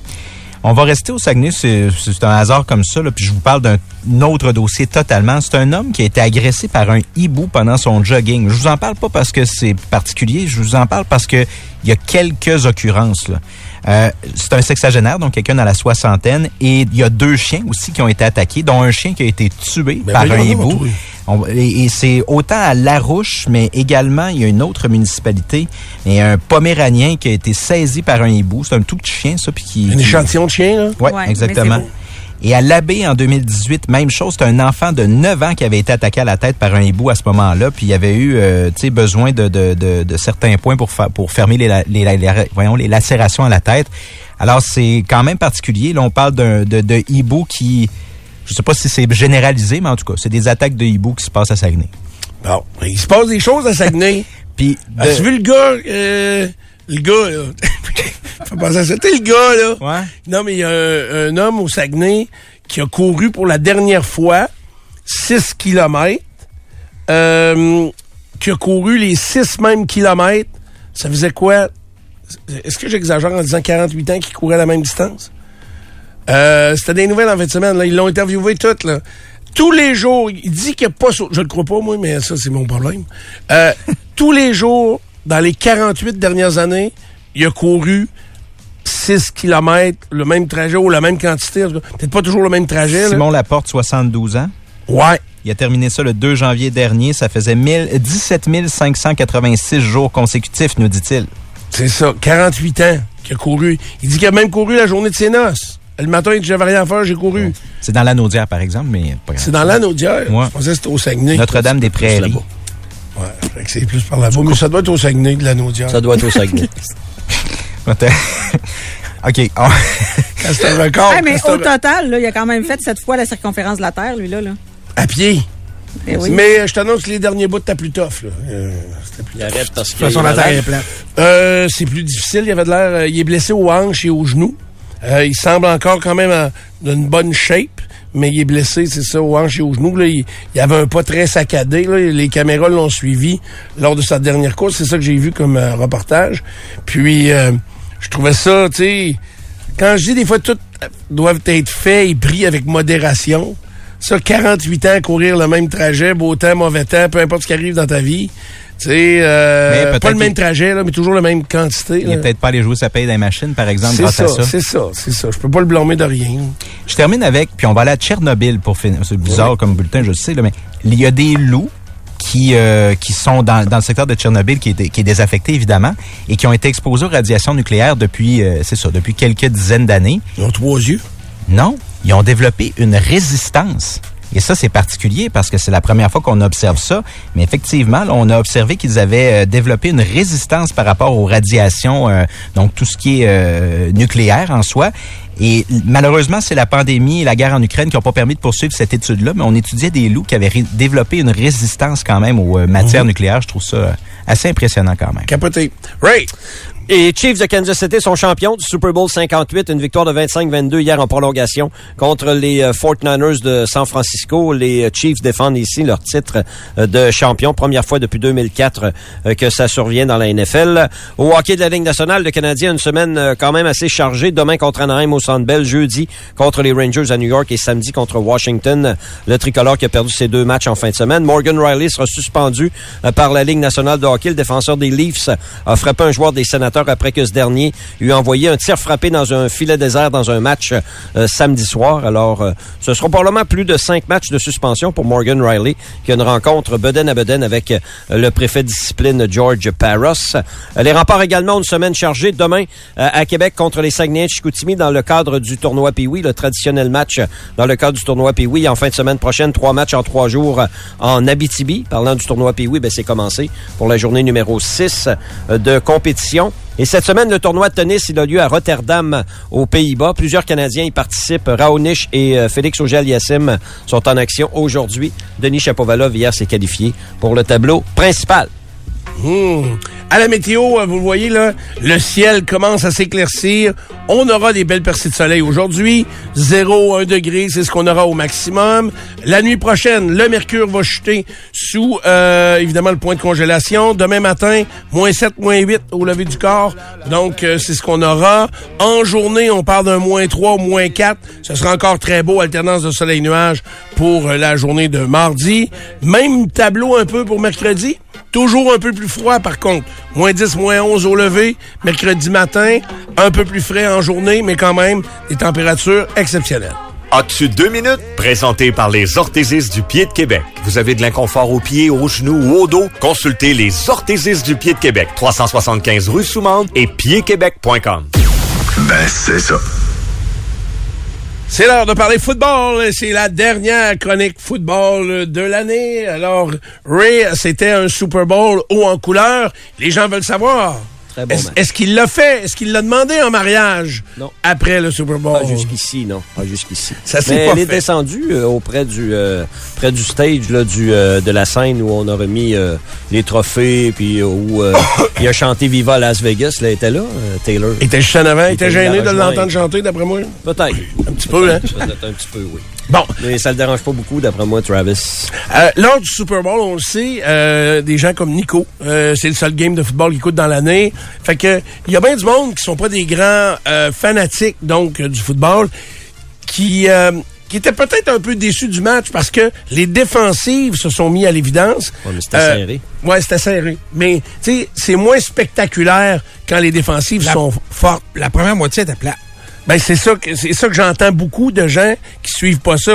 Speaker 7: On va rester au Saguenay, c'est, c'est un hasard comme ça, là, puis je vous parle d'un autre dossier totalement. C'est un homme qui a été agressé par un hibou pendant son jogging. Je vous en parle pas parce que c'est particulier, je vous en parle parce que il y a quelques occurrences, là. Euh, c'est un sexagénaire, donc quelqu'un dans la soixantaine, et il y a deux chiens aussi qui ont été attaqués, dont un chien qui a été tué ben par un hibou. On, et, et c'est autant à Larouche, mais également, il y a une autre municipalité, et un poméranien qui a été saisi par un hibou. C'est un tout petit chien, ça. Puis qui,
Speaker 2: un
Speaker 7: qui...
Speaker 2: échantillon de chien, là?
Speaker 7: Oui, ouais, exactement. Et à l'Abbé, en deux mille dix-huit, même chose, c'est un enfant de neuf ans qui avait été attaqué à la tête par un hibou à ce moment-là, puis il avait eu euh, tu sais, besoin de, de, de, de certains points pour, fa- pour fermer les, les, les, les, voyons, les lacérations à la tête. Alors, c'est quand même particulier. Là, on parle d'un, de, de hibou qui... Je sais pas si c'est généralisé, mais en tout cas, c'est des attaques de hibou qui se passent à Saguenay.
Speaker 2: Bon, il se passe des choses à Saguenay.
Speaker 7: Puis,
Speaker 2: de... as-tu vu le gars, euh, le gars, là? Faut penser à ça. T'es le gars, là.
Speaker 7: Ouais.
Speaker 2: Non, mais il y a un, un homme au Saguenay qui a couru pour la dernière fois six kilomètres, euh, qui a couru les six mêmes kilomètres. Ça faisait quoi? Est-ce que j'exagère en disant quarante-huit ans qu'il courait la même distance? Euh, c'était des nouvelles en fin de semaine, là. Ils l'ont interviewé toutes, là. Tous les jours, il dit qu'il n'y a pas... Je le crois pas, moi, mais ça, c'est mon problème. Euh, tous les jours, dans les quarante-huit dernières années, il a couru six kilomètres, le même trajet ou la même quantité. Peut-être pas toujours le même trajet.
Speaker 7: Simon
Speaker 2: là.
Speaker 7: Laporte, soixante-douze ans.
Speaker 2: Ouais.
Speaker 7: Il a terminé ça le deux janvier dernier. Ça faisait dix-sept mille cinq cent quatre-vingt-six jours consécutifs, nous dit-il.
Speaker 2: C'est ça, quarante-huit ans qu'il a couru. Il dit qu'il a même couru la journée de ses noces. Le matin, j'avais rien à faire, j'ai couru.
Speaker 7: C'est dans l'Anaudière, par exemple, mais pas grave.
Speaker 2: C'est dans l'Anaudière?
Speaker 7: Ouais.
Speaker 2: Je pensais que c'était au Saguenay.
Speaker 7: Notre-Dame-des-Prairies.
Speaker 2: Ouais, fait que c'est plus par là-bas. Mais ça doit être au Saguenay, de l'Anaudière.
Speaker 1: Ça doit être au Saguenay.
Speaker 7: OK. Oh.
Speaker 2: C'est un record.
Speaker 6: Hey, mais
Speaker 2: c'est
Speaker 6: au
Speaker 2: un...
Speaker 6: total, là, il a quand même fait cette fois la circonférence de la Terre, lui, là. là.
Speaker 2: À pied.
Speaker 6: Eh oui.
Speaker 2: Mais je t'annonce que les derniers bouts, t'as plus tough. Là. Euh,
Speaker 1: Il arrête parce que...
Speaker 5: De toute façon, la terre est plate.
Speaker 2: Euh, c'est plus difficile. Il avait de l'air... Euh, il est blessé aux hanches et aux genoux. Euh, il semble encore quand même en, d'une bonne shape, mais il est blessé, c'est ça, aux hanches et aux genoux. Là, il, il avait un pas très saccadé. Là, les caméras l'ont suivi lors de sa dernière course. C'est ça que j'ai vu comme euh, reportage. Puis, euh, je trouvais ça, tu sais... Quand je dis des fois, tout doivent être fait et pris avec modération... Ça, quarante-huit ans, courir le même trajet, beau temps, mauvais temps, peu importe ce qui arrive dans ta vie. Tu sais, euh, pas le même trajet, là, mais toujours la même quantité.
Speaker 7: Il n'est peut-être pas allé jouer sa paye dans les machines, par exemple,
Speaker 2: c'est
Speaker 7: grâce
Speaker 2: ça,
Speaker 7: à ça.
Speaker 2: C'est ça, c'est ça. Je peux pas le blâmer de rien.
Speaker 7: Je termine avec, puis on va aller à Tchernobyl pour finir. C'est bizarre oui. comme bulletin, je sais, là, mais il y a des loups qui euh, qui sont dans, dans le secteur de Tchernobyl, qui est, qui est désaffecté, évidemment, et qui ont été exposés aux radiations nucléaires depuis, euh, c'est ça, depuis quelques dizaines d'années.
Speaker 2: Ils ont trois yeux?
Speaker 7: Non. Ils ont développé une résistance. Et ça, c'est particulier parce que c'est la première fois qu'on observe ça. Mais effectivement, là, on a observé qu'ils avaient euh, développé une résistance par rapport aux radiations, euh, donc tout ce qui est euh, nucléaire en soi. Et malheureusement, c'est la pandémie et la guerre en Ukraine qui n'ont pas permis de poursuivre cette étude-là, mais on étudiait des loups qui avaient ré- développé une résistance quand même aux euh, matières mmh. nucléaires. Je trouve ça euh, assez impressionnant quand même.
Speaker 2: Capoté. Ray!
Speaker 1: Et Chiefs de Kansas City sont champions du Super Bowl cinquante-huit, une victoire de vingt-cinq vingt-deux hier en prolongation contre les euh, forty-niners de San Francisco. Les euh, Chiefs défendent ici leur titre euh, de champion, première fois depuis deux mille quatre euh, que ça survient dans la N F L. Au hockey de la Ligue nationale, le Canadien a une semaine euh, quand même assez chargée. Demain contre Anaheim au Centre Bell, jeudi contre les Rangers à New York et samedi contre Washington. Le tricolore qui a perdu ses deux matchs en fin de semaine. Morgan Riley sera suspendu euh, par la Ligue nationale de hockey. Le défenseur des Leafs a frappé un joueur des Sénateurs après que ce dernier lui a envoyé un tir frappé dans un filet désert dans un match euh, samedi soir. Alors, euh, ce sera probablement plus de cinq matchs de suspension pour Morgan Riley, qui a une rencontre bedaine à bedaine avec euh, le préfet de discipline George Parros. Euh, les Remparts également une semaine chargée demain euh, à Québec contre les Saguenayens de Chicoutimi dans le cadre du tournoi Pee-Wee, le traditionnel match dans le cadre du tournoi Pee-Wee. En fin de semaine prochaine, trois matchs en trois jours euh, en Abitibi. Parlant du tournoi Pee-Wee, ben, c'est commencé pour la journée numéro six euh, de compétition. Et cette semaine, le tournoi de tennis, il a lieu à Rotterdam, aux Pays-Bas. Plusieurs Canadiens y participent. Raonic et euh, Félix Auger-Aliassime sont en action aujourd'hui. Denis Shapovalov, hier, s'est qualifié pour le tableau principal.
Speaker 2: Mmh. À la météo, vous le voyez là, le ciel commence à s'éclaircir. On aura des belles percées de soleil aujourd'hui. zéro à un degré, c'est ce qu'on aura au maximum. La nuit prochaine, le mercure va chuter sous, euh, évidemment, le point de congélation. Demain matin, moins sept, moins huit au lever du corps. Donc, euh, c'est ce qu'on aura. En journée, on parle d'un moins trois, moins quatre. Ce sera encore très beau, alternance de soleil-nuage pour euh, la journée de mardi. Même tableau un peu pour mercredi. Toujours un peu plus froid, par contre. Moins dix, moins onze au lever. Mercredi matin, un peu plus frais en journée, mais quand même, des températures exceptionnelles.
Speaker 8: As-tu deux minutes? Présenté par les orthésistes du pied de Québec. Vous avez de l'inconfort aux pieds, aux genoux ou au dos? Consultez les orthésistes du pied de Québec. trois cent soixante-quinze rue Soumande et pied québec point com.
Speaker 4: Ben, c'est ça.
Speaker 2: C'est l'heure de parler football. C'est la dernière chronique football de l'année. Alors, Ray, c'était un Super Bowl haut en couleur. Les gens veulent savoir.
Speaker 1: Très bon
Speaker 2: est-ce,
Speaker 1: match.
Speaker 2: est-ce qu'il l'a fait? Est-ce qu'il l'a demandé en mariage?
Speaker 1: Non.
Speaker 2: Après le Super Bowl?
Speaker 1: Pas jusqu'ici, non. Pas jusqu'ici.
Speaker 2: Ça s'est
Speaker 1: Mais
Speaker 2: pas
Speaker 1: elle est
Speaker 2: fait.
Speaker 1: descendue euh, auprès du euh, près du stage là, du euh, de la scène où on a remis euh, les trophées, puis euh, où euh, il a chanté Viva Las Vegas. Là, il était là, euh, Taylor.
Speaker 2: Il était juste en avant. Il, il était gêné de
Speaker 1: rejoindre.
Speaker 2: l'entendre chanter, d'après moi?
Speaker 1: Peut-être.
Speaker 2: Un petit peu, hein?
Speaker 1: Peut-être un petit peu, oui.
Speaker 2: Bon.
Speaker 1: Mais ça le dérange pas beaucoup, d'après moi, Travis.
Speaker 2: Euh, lors du Super Bowl, on le sait, euh, des gens comme Nico, euh, c'est le seul game de football qu'il écoute dans l'année. Fait que il y a bien du monde qui sont pas des grands euh, fanatiques donc euh, du football, qui euh, qui étaient peut-être un peu déçus du match parce que les défensives se sont mis à l'évidence.
Speaker 1: Ouais, mais c'était
Speaker 2: Euh,
Speaker 1: serré.
Speaker 2: Ouais, c'était serré. Mais tu sais, c'est moins spectaculaire quand les défensives
Speaker 5: La-
Speaker 2: sont fortes.
Speaker 5: La première moitié était plate.
Speaker 2: Ben c'est ça que c'est ça que j'entends beaucoup de gens qui suivent pas ça.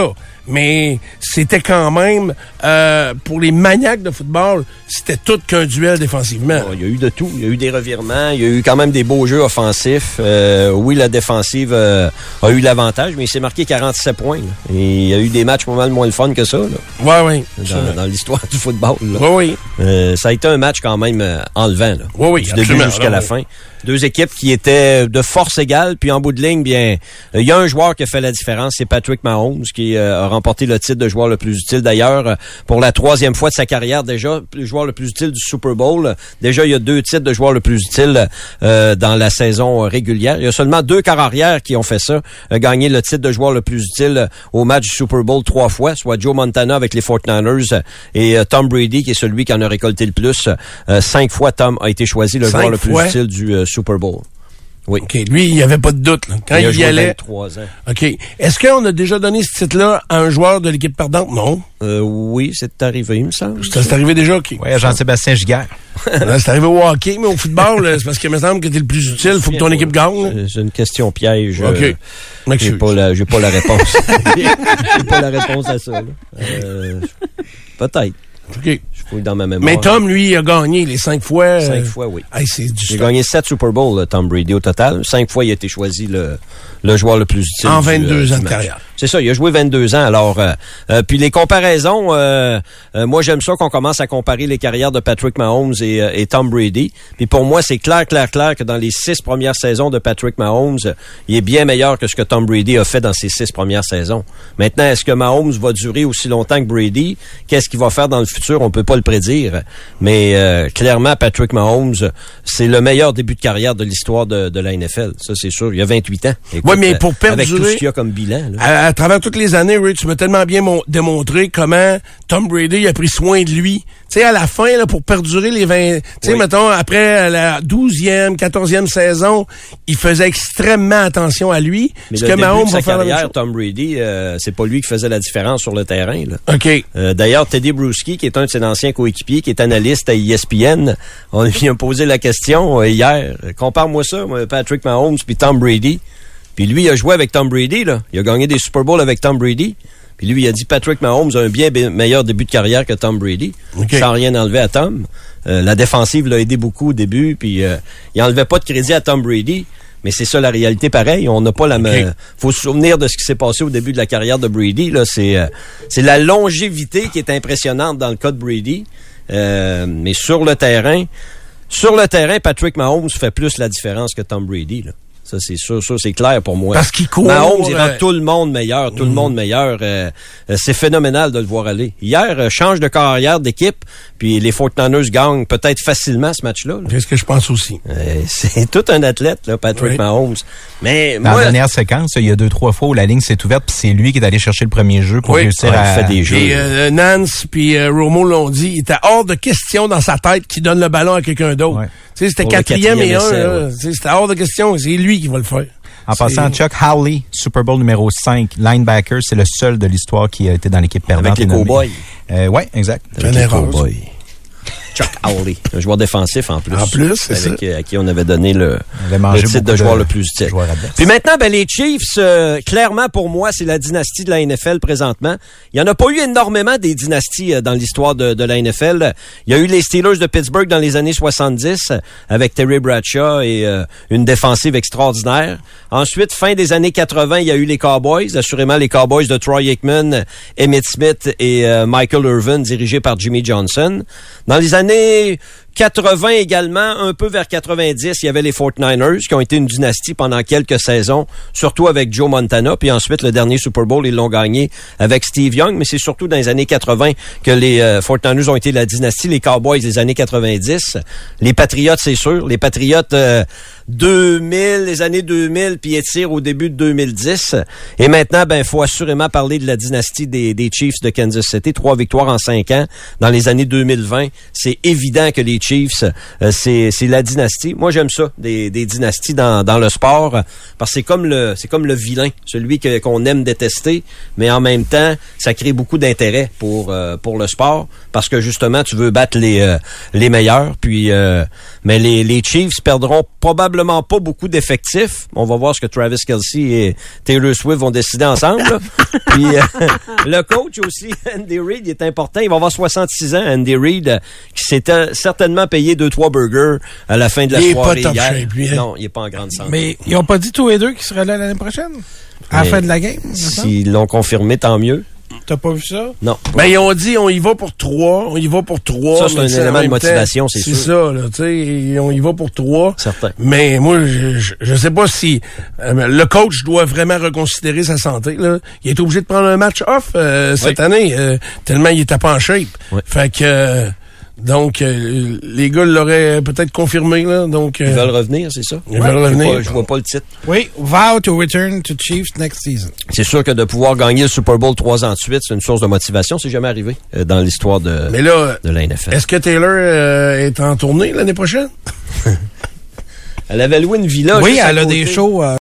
Speaker 2: mais c'était quand même, euh, pour les maniaques de football, c'était tout qu'un duel défensivement.
Speaker 1: Bon, il y a eu de tout. Il y a eu des revirements. Il y a eu quand même des beaux jeux offensifs. Euh, oui, la défensive euh, a eu l'avantage, mais il s'est marqué quarante-sept points. Là. Et il y a eu des matchs pas mal moins le fun que ça. Là,
Speaker 2: ouais, oui.
Speaker 1: Dans, dans l'histoire du football. Là.
Speaker 2: Oui, oui.
Speaker 1: Euh, ça a été un match quand même euh, enlevant. Là,
Speaker 2: oui, oui.
Speaker 1: Du début jusqu'à
Speaker 2: alors,
Speaker 1: la
Speaker 2: oui.
Speaker 1: fin. Deux équipes qui étaient de force égale, puis en bout de ligne, bien, il y a un joueur qui a fait la différence, c'est Patrick Mahomes, qui euh, a remporté le titre de joueur le plus utile. D'ailleurs, pour la troisième fois de sa carrière, déjà, le joueur le plus utile du Super Bowl. Déjà, il y a deux titres de joueur le plus utile euh, dans la saison régulière. Il y a seulement deux quarts arrière qui ont fait ça, euh, gagné le titre de joueur le plus utile au match du Super Bowl trois fois, soit Joe Montana avec les forty-niners et euh, Tom Brady, qui est celui qui en a récolté le plus. Euh, cinq fois, Tom a été choisi le
Speaker 2: Cinq
Speaker 1: joueur le plus
Speaker 2: fois?
Speaker 1: utile du euh, Super Bowl. Oui.
Speaker 2: OK. Lui, il n'y avait pas de doute. Là. Quand
Speaker 1: il,
Speaker 2: il,
Speaker 1: a
Speaker 2: y
Speaker 1: joué
Speaker 2: allait.
Speaker 1: vingt-trois ans.
Speaker 2: OK. Est-ce qu'on a déjà donné ce titre-là à un joueur de l'équipe perdante? Non.
Speaker 1: Euh, oui, c'est arrivé, il me semble.
Speaker 2: C'est, c'est arrivé déjà, OK.
Speaker 7: Oui, à Jean-Sébastien Giguère.
Speaker 2: C'est arrivé au hockey, mais au football, là, c'est parce qu'il me semble que t'es le plus utile. Il faut que ton équipe gagne.
Speaker 1: C'est une question piège.
Speaker 2: OK.
Speaker 1: Euh,
Speaker 2: M'excuse.
Speaker 1: j'ai pas la, j'ai pas la réponse. j'ai pas la réponse à ça. Là. Euh, peut-être.
Speaker 2: OK.
Speaker 1: Je fouille dans ma mémoire.
Speaker 2: Mais Tom, lui, il a gagné les cinq fois.
Speaker 1: Cinq
Speaker 2: euh...
Speaker 1: fois, oui.
Speaker 2: Hey, c'est du
Speaker 1: Il a
Speaker 2: stock.
Speaker 1: gagné sept Super Bowls, là, Tom Brady, au total. Cinq fois, il a été choisi le, le joueur le plus utile.
Speaker 2: En
Speaker 1: du,
Speaker 2: vingt-deux
Speaker 1: euh,
Speaker 2: ans
Speaker 1: du
Speaker 2: de
Speaker 1: match.
Speaker 2: carrière.
Speaker 1: C'est ça, il a joué vingt-deux ans. Alors, euh, euh, puis les comparaisons, euh, euh, moi j'aime ça qu'on commence à comparer les carrières de Patrick Mahomes et, euh, et Tom Brady. Puis pour moi, c'est clair, clair, clair que dans les six premières saisons de Patrick Mahomes, il est bien meilleur que ce que Tom Brady a fait dans ses six premières saisons. Maintenant, est-ce que Mahomes va durer aussi longtemps que Brady? Qu'est-ce qu'il va faire dans le futur? On peut pas le prédire. Mais euh, clairement, Patrick Mahomes, c'est le meilleur début de carrière de l'histoire de, de la N F L. Ça, c'est sûr. Il a vingt-huit ans. Écoute,
Speaker 2: Ouais, mais pour perdurer,
Speaker 1: avec tout ce qu'il y a comme bilan. Là.
Speaker 2: À, à travers toutes les années, Ray, tu m'as tellement bien mon- démontré comment Tom Brady a pris soin de lui. Tu sais, à la fin, là, pour perdurer les vingt... Tu sais,
Speaker 1: Oui.
Speaker 2: mettons, après la douzième, quatorzième saison, il faisait extrêmement attention à lui.
Speaker 1: Mais
Speaker 2: Ce
Speaker 1: le
Speaker 2: que
Speaker 1: début
Speaker 2: Mahomes
Speaker 1: de sa
Speaker 2: va faire la même
Speaker 1: carrière,
Speaker 2: chose.
Speaker 1: Tom Brady, euh, c'est pas lui qui faisait la différence sur le terrain. Là.
Speaker 2: OK.
Speaker 1: Euh, d'ailleurs, Teddy Bruschi, qui est un de ses anciens coéquipiers, qui est analyste à E S P N, on lui a posé la question euh, hier. Compare-moi ça, moi, Patrick Mahomes puis Tom Brady. Puis lui, il a joué avec Tom Brady, là. Il a gagné des Super Bowls avec Tom Brady. Puis lui, il a dit Patrick Mahomes a un bien be- meilleur début de carrière que Tom Brady.
Speaker 2: OK.
Speaker 1: Sans rien enlever à Tom. Euh, la défensive l'a aidé beaucoup au début, puis euh, il enlevait pas de crédit à Tom Brady. Mais c'est ça la réalité pareil. On n'a pas la
Speaker 2: Okay.
Speaker 1: me... faut se souvenir de ce qui s'est passé au début de la carrière de Brady. Là, c'est euh, c'est la longévité qui est impressionnante dans le cas de Brady. Euh, mais sur le terrain, sur le terrain, Patrick Mahomes fait plus la différence que Tom Brady. Là. Ça, c'est sûr, ça, c'est clair pour moi.
Speaker 2: Parce qu'il court.
Speaker 1: Mahomes, il rend
Speaker 2: euh,
Speaker 1: tout le monde meilleur, tout le monde meilleur. Euh, euh, c'est phénoménal de le voir aller. Hier, euh, change de carrière d'équipe, puis les forty-niners gagnent peut-être facilement ce match-là. là.
Speaker 2: C'est ce que je pense aussi.
Speaker 1: Euh, c'est tout un athlète, là, Patrick
Speaker 2: Oui.
Speaker 1: Mahomes. Mais
Speaker 7: Dans
Speaker 1: moi,
Speaker 7: la dernière séquence, il y a deux, trois fois où la ligne s'est ouverte, puis c'est lui qui est allé chercher le premier jeu pour
Speaker 2: Oui.
Speaker 7: réussir
Speaker 1: Ouais,
Speaker 7: à...
Speaker 1: il fait des jeux.
Speaker 2: Et euh, Nance puis euh, Romo l'ont dit, il était hors de question dans sa tête qu'il donne le ballon à quelqu'un d'autre.
Speaker 7: Ouais.
Speaker 2: Tu sais, c'était
Speaker 1: Pour le
Speaker 2: quatrième,
Speaker 1: quatrième
Speaker 2: et un.
Speaker 1: essai,
Speaker 2: là.
Speaker 1: ouais.
Speaker 2: Tu sais, c'était hors de question. C'est lui qui va le faire.
Speaker 7: En
Speaker 2: C'est-
Speaker 7: passant, Chuck Howley, Super Bowl numéro cinq, linebacker, c'est le seul de l'histoire qui a été dans l'équipe perdante.
Speaker 1: avec les
Speaker 7: et nommé.
Speaker 1: Cowboys.
Speaker 7: Euh, ouais, exact.
Speaker 2: C'est
Speaker 1: Avec
Speaker 2: une
Speaker 1: les
Speaker 2: erreur,
Speaker 1: Cowboys. Chuck Howley, un joueur défensif en plus.
Speaker 2: En plus, c'est
Speaker 1: avec, euh, à qui on avait donné le,
Speaker 7: On avait mangé
Speaker 1: le titre
Speaker 7: beaucoup
Speaker 1: de joueur
Speaker 7: de-
Speaker 1: le plus utile.
Speaker 7: de joueurs adverses.
Speaker 1: Puis maintenant, ben, les Chiefs, euh, clairement pour moi, c'est la dynastie de la N F L présentement. Il n'y en a pas eu énormément des dynasties euh, dans l'histoire de, de la N F L. Il y a eu les Steelers de Pittsburgh dans les années soixante-dix avec Terry Bradshaw et euh, une défensive extraordinaire. Ensuite, fin des années quatre-vingts, il y a eu les Cowboys, assurément les Cowboys de Troy Aikman, Emmitt Smith et euh, Michael Irvin, dirigés par Jimmy Johnson. Dans les années quatre-vingts également, un peu vers quatre-vingt-dix, il y avait les forty-niners qui ont été une dynastie pendant quelques saisons, surtout avec Joe Montana, puis ensuite le dernier Super Bowl, ils l'ont gagné avec Steve Young, mais c'est surtout dans les années quatre-vingts que les euh, forty-niners ont été la dynastie, les Cowboys des années quatre-vingt-dix, les Patriots, c'est sûr, les Patriots euh, deux mille, les années deux mille, puis étirent au début de deux mille dix. Et maintenant, ben, faut assurément parler de la dynastie des, des Chiefs de Kansas City. Trois victoires en cinq ans dans les années deux mille vingt. C'est évident que les Chiefs, euh, c'est, c'est la dynastie. Moi, j'aime ça, des, des dynasties dans, dans le sport, parce que c'est comme le, c'est comme le vilain, celui que, qu'on aime détester, mais en même temps, ça crée beaucoup d'intérêt pour, euh, pour le sport, parce que justement, tu veux battre les, euh, les meilleurs. Puis, euh, mais les, les Chiefs perdront probablement pas beaucoup d'effectifs. On va voir ce que Travis Kelce et Taylor Swift vont décider ensemble. Là. Puis euh, le coach aussi, Andy Reid, il est important. Il va avoir soixante-six ans, Andy Reid, euh, qui s'était certainement payé deux trois burgers à la fin de la
Speaker 2: il
Speaker 1: soirée
Speaker 2: est pas top
Speaker 1: hier.
Speaker 2: shape, lui, hein?
Speaker 1: Non, il est pas en grande santé.
Speaker 5: Mais ils ont pas dit tous les deux qu'ils seraient là l'année prochaine? À la fin de la game?
Speaker 1: S'ils l'ont confirmé, tant mieux.
Speaker 5: T'as pas vu ça?
Speaker 1: Non.
Speaker 2: Ben, ils ont dit, on y va pour trois, on y va pour trois.
Speaker 1: Ça, c'est un élément de motivation,
Speaker 2: temps,
Speaker 1: c'est
Speaker 2: c'est
Speaker 1: sûr.
Speaker 2: C'est ça, là, tu sais, on y va pour trois.
Speaker 1: Certain.
Speaker 2: Mais moi, je, je, je sais pas si euh, le coach doit vraiment reconsidérer sa santé, là. Il est obligé de prendre un match off euh, cette
Speaker 1: oui.
Speaker 2: année, euh, tellement il était pas en shape.
Speaker 1: Oui.
Speaker 2: Fait que... Euh, Donc, euh, les gars l'auraient peut-être confirmé, là. Donc, euh,
Speaker 1: Ils veulent revenir, c'est ça?
Speaker 2: Ils veulent revenir.
Speaker 1: Pas, je vois pas le titre.
Speaker 5: Oui, vow to return to Chiefs next season.
Speaker 1: C'est sûr que de pouvoir gagner le Super Bowl trois ans de suite, c'est une source de motivation. C'est jamais arrivé euh, dans l'histoire de,
Speaker 2: Mais là,
Speaker 1: de la N F L.
Speaker 2: Est-ce que Taylor euh, est en tournée l'année prochaine?
Speaker 1: Elle avait loué une villa.
Speaker 5: Oui,
Speaker 1: juste à
Speaker 5: elle a
Speaker 1: côté.
Speaker 5: des shows... Euh,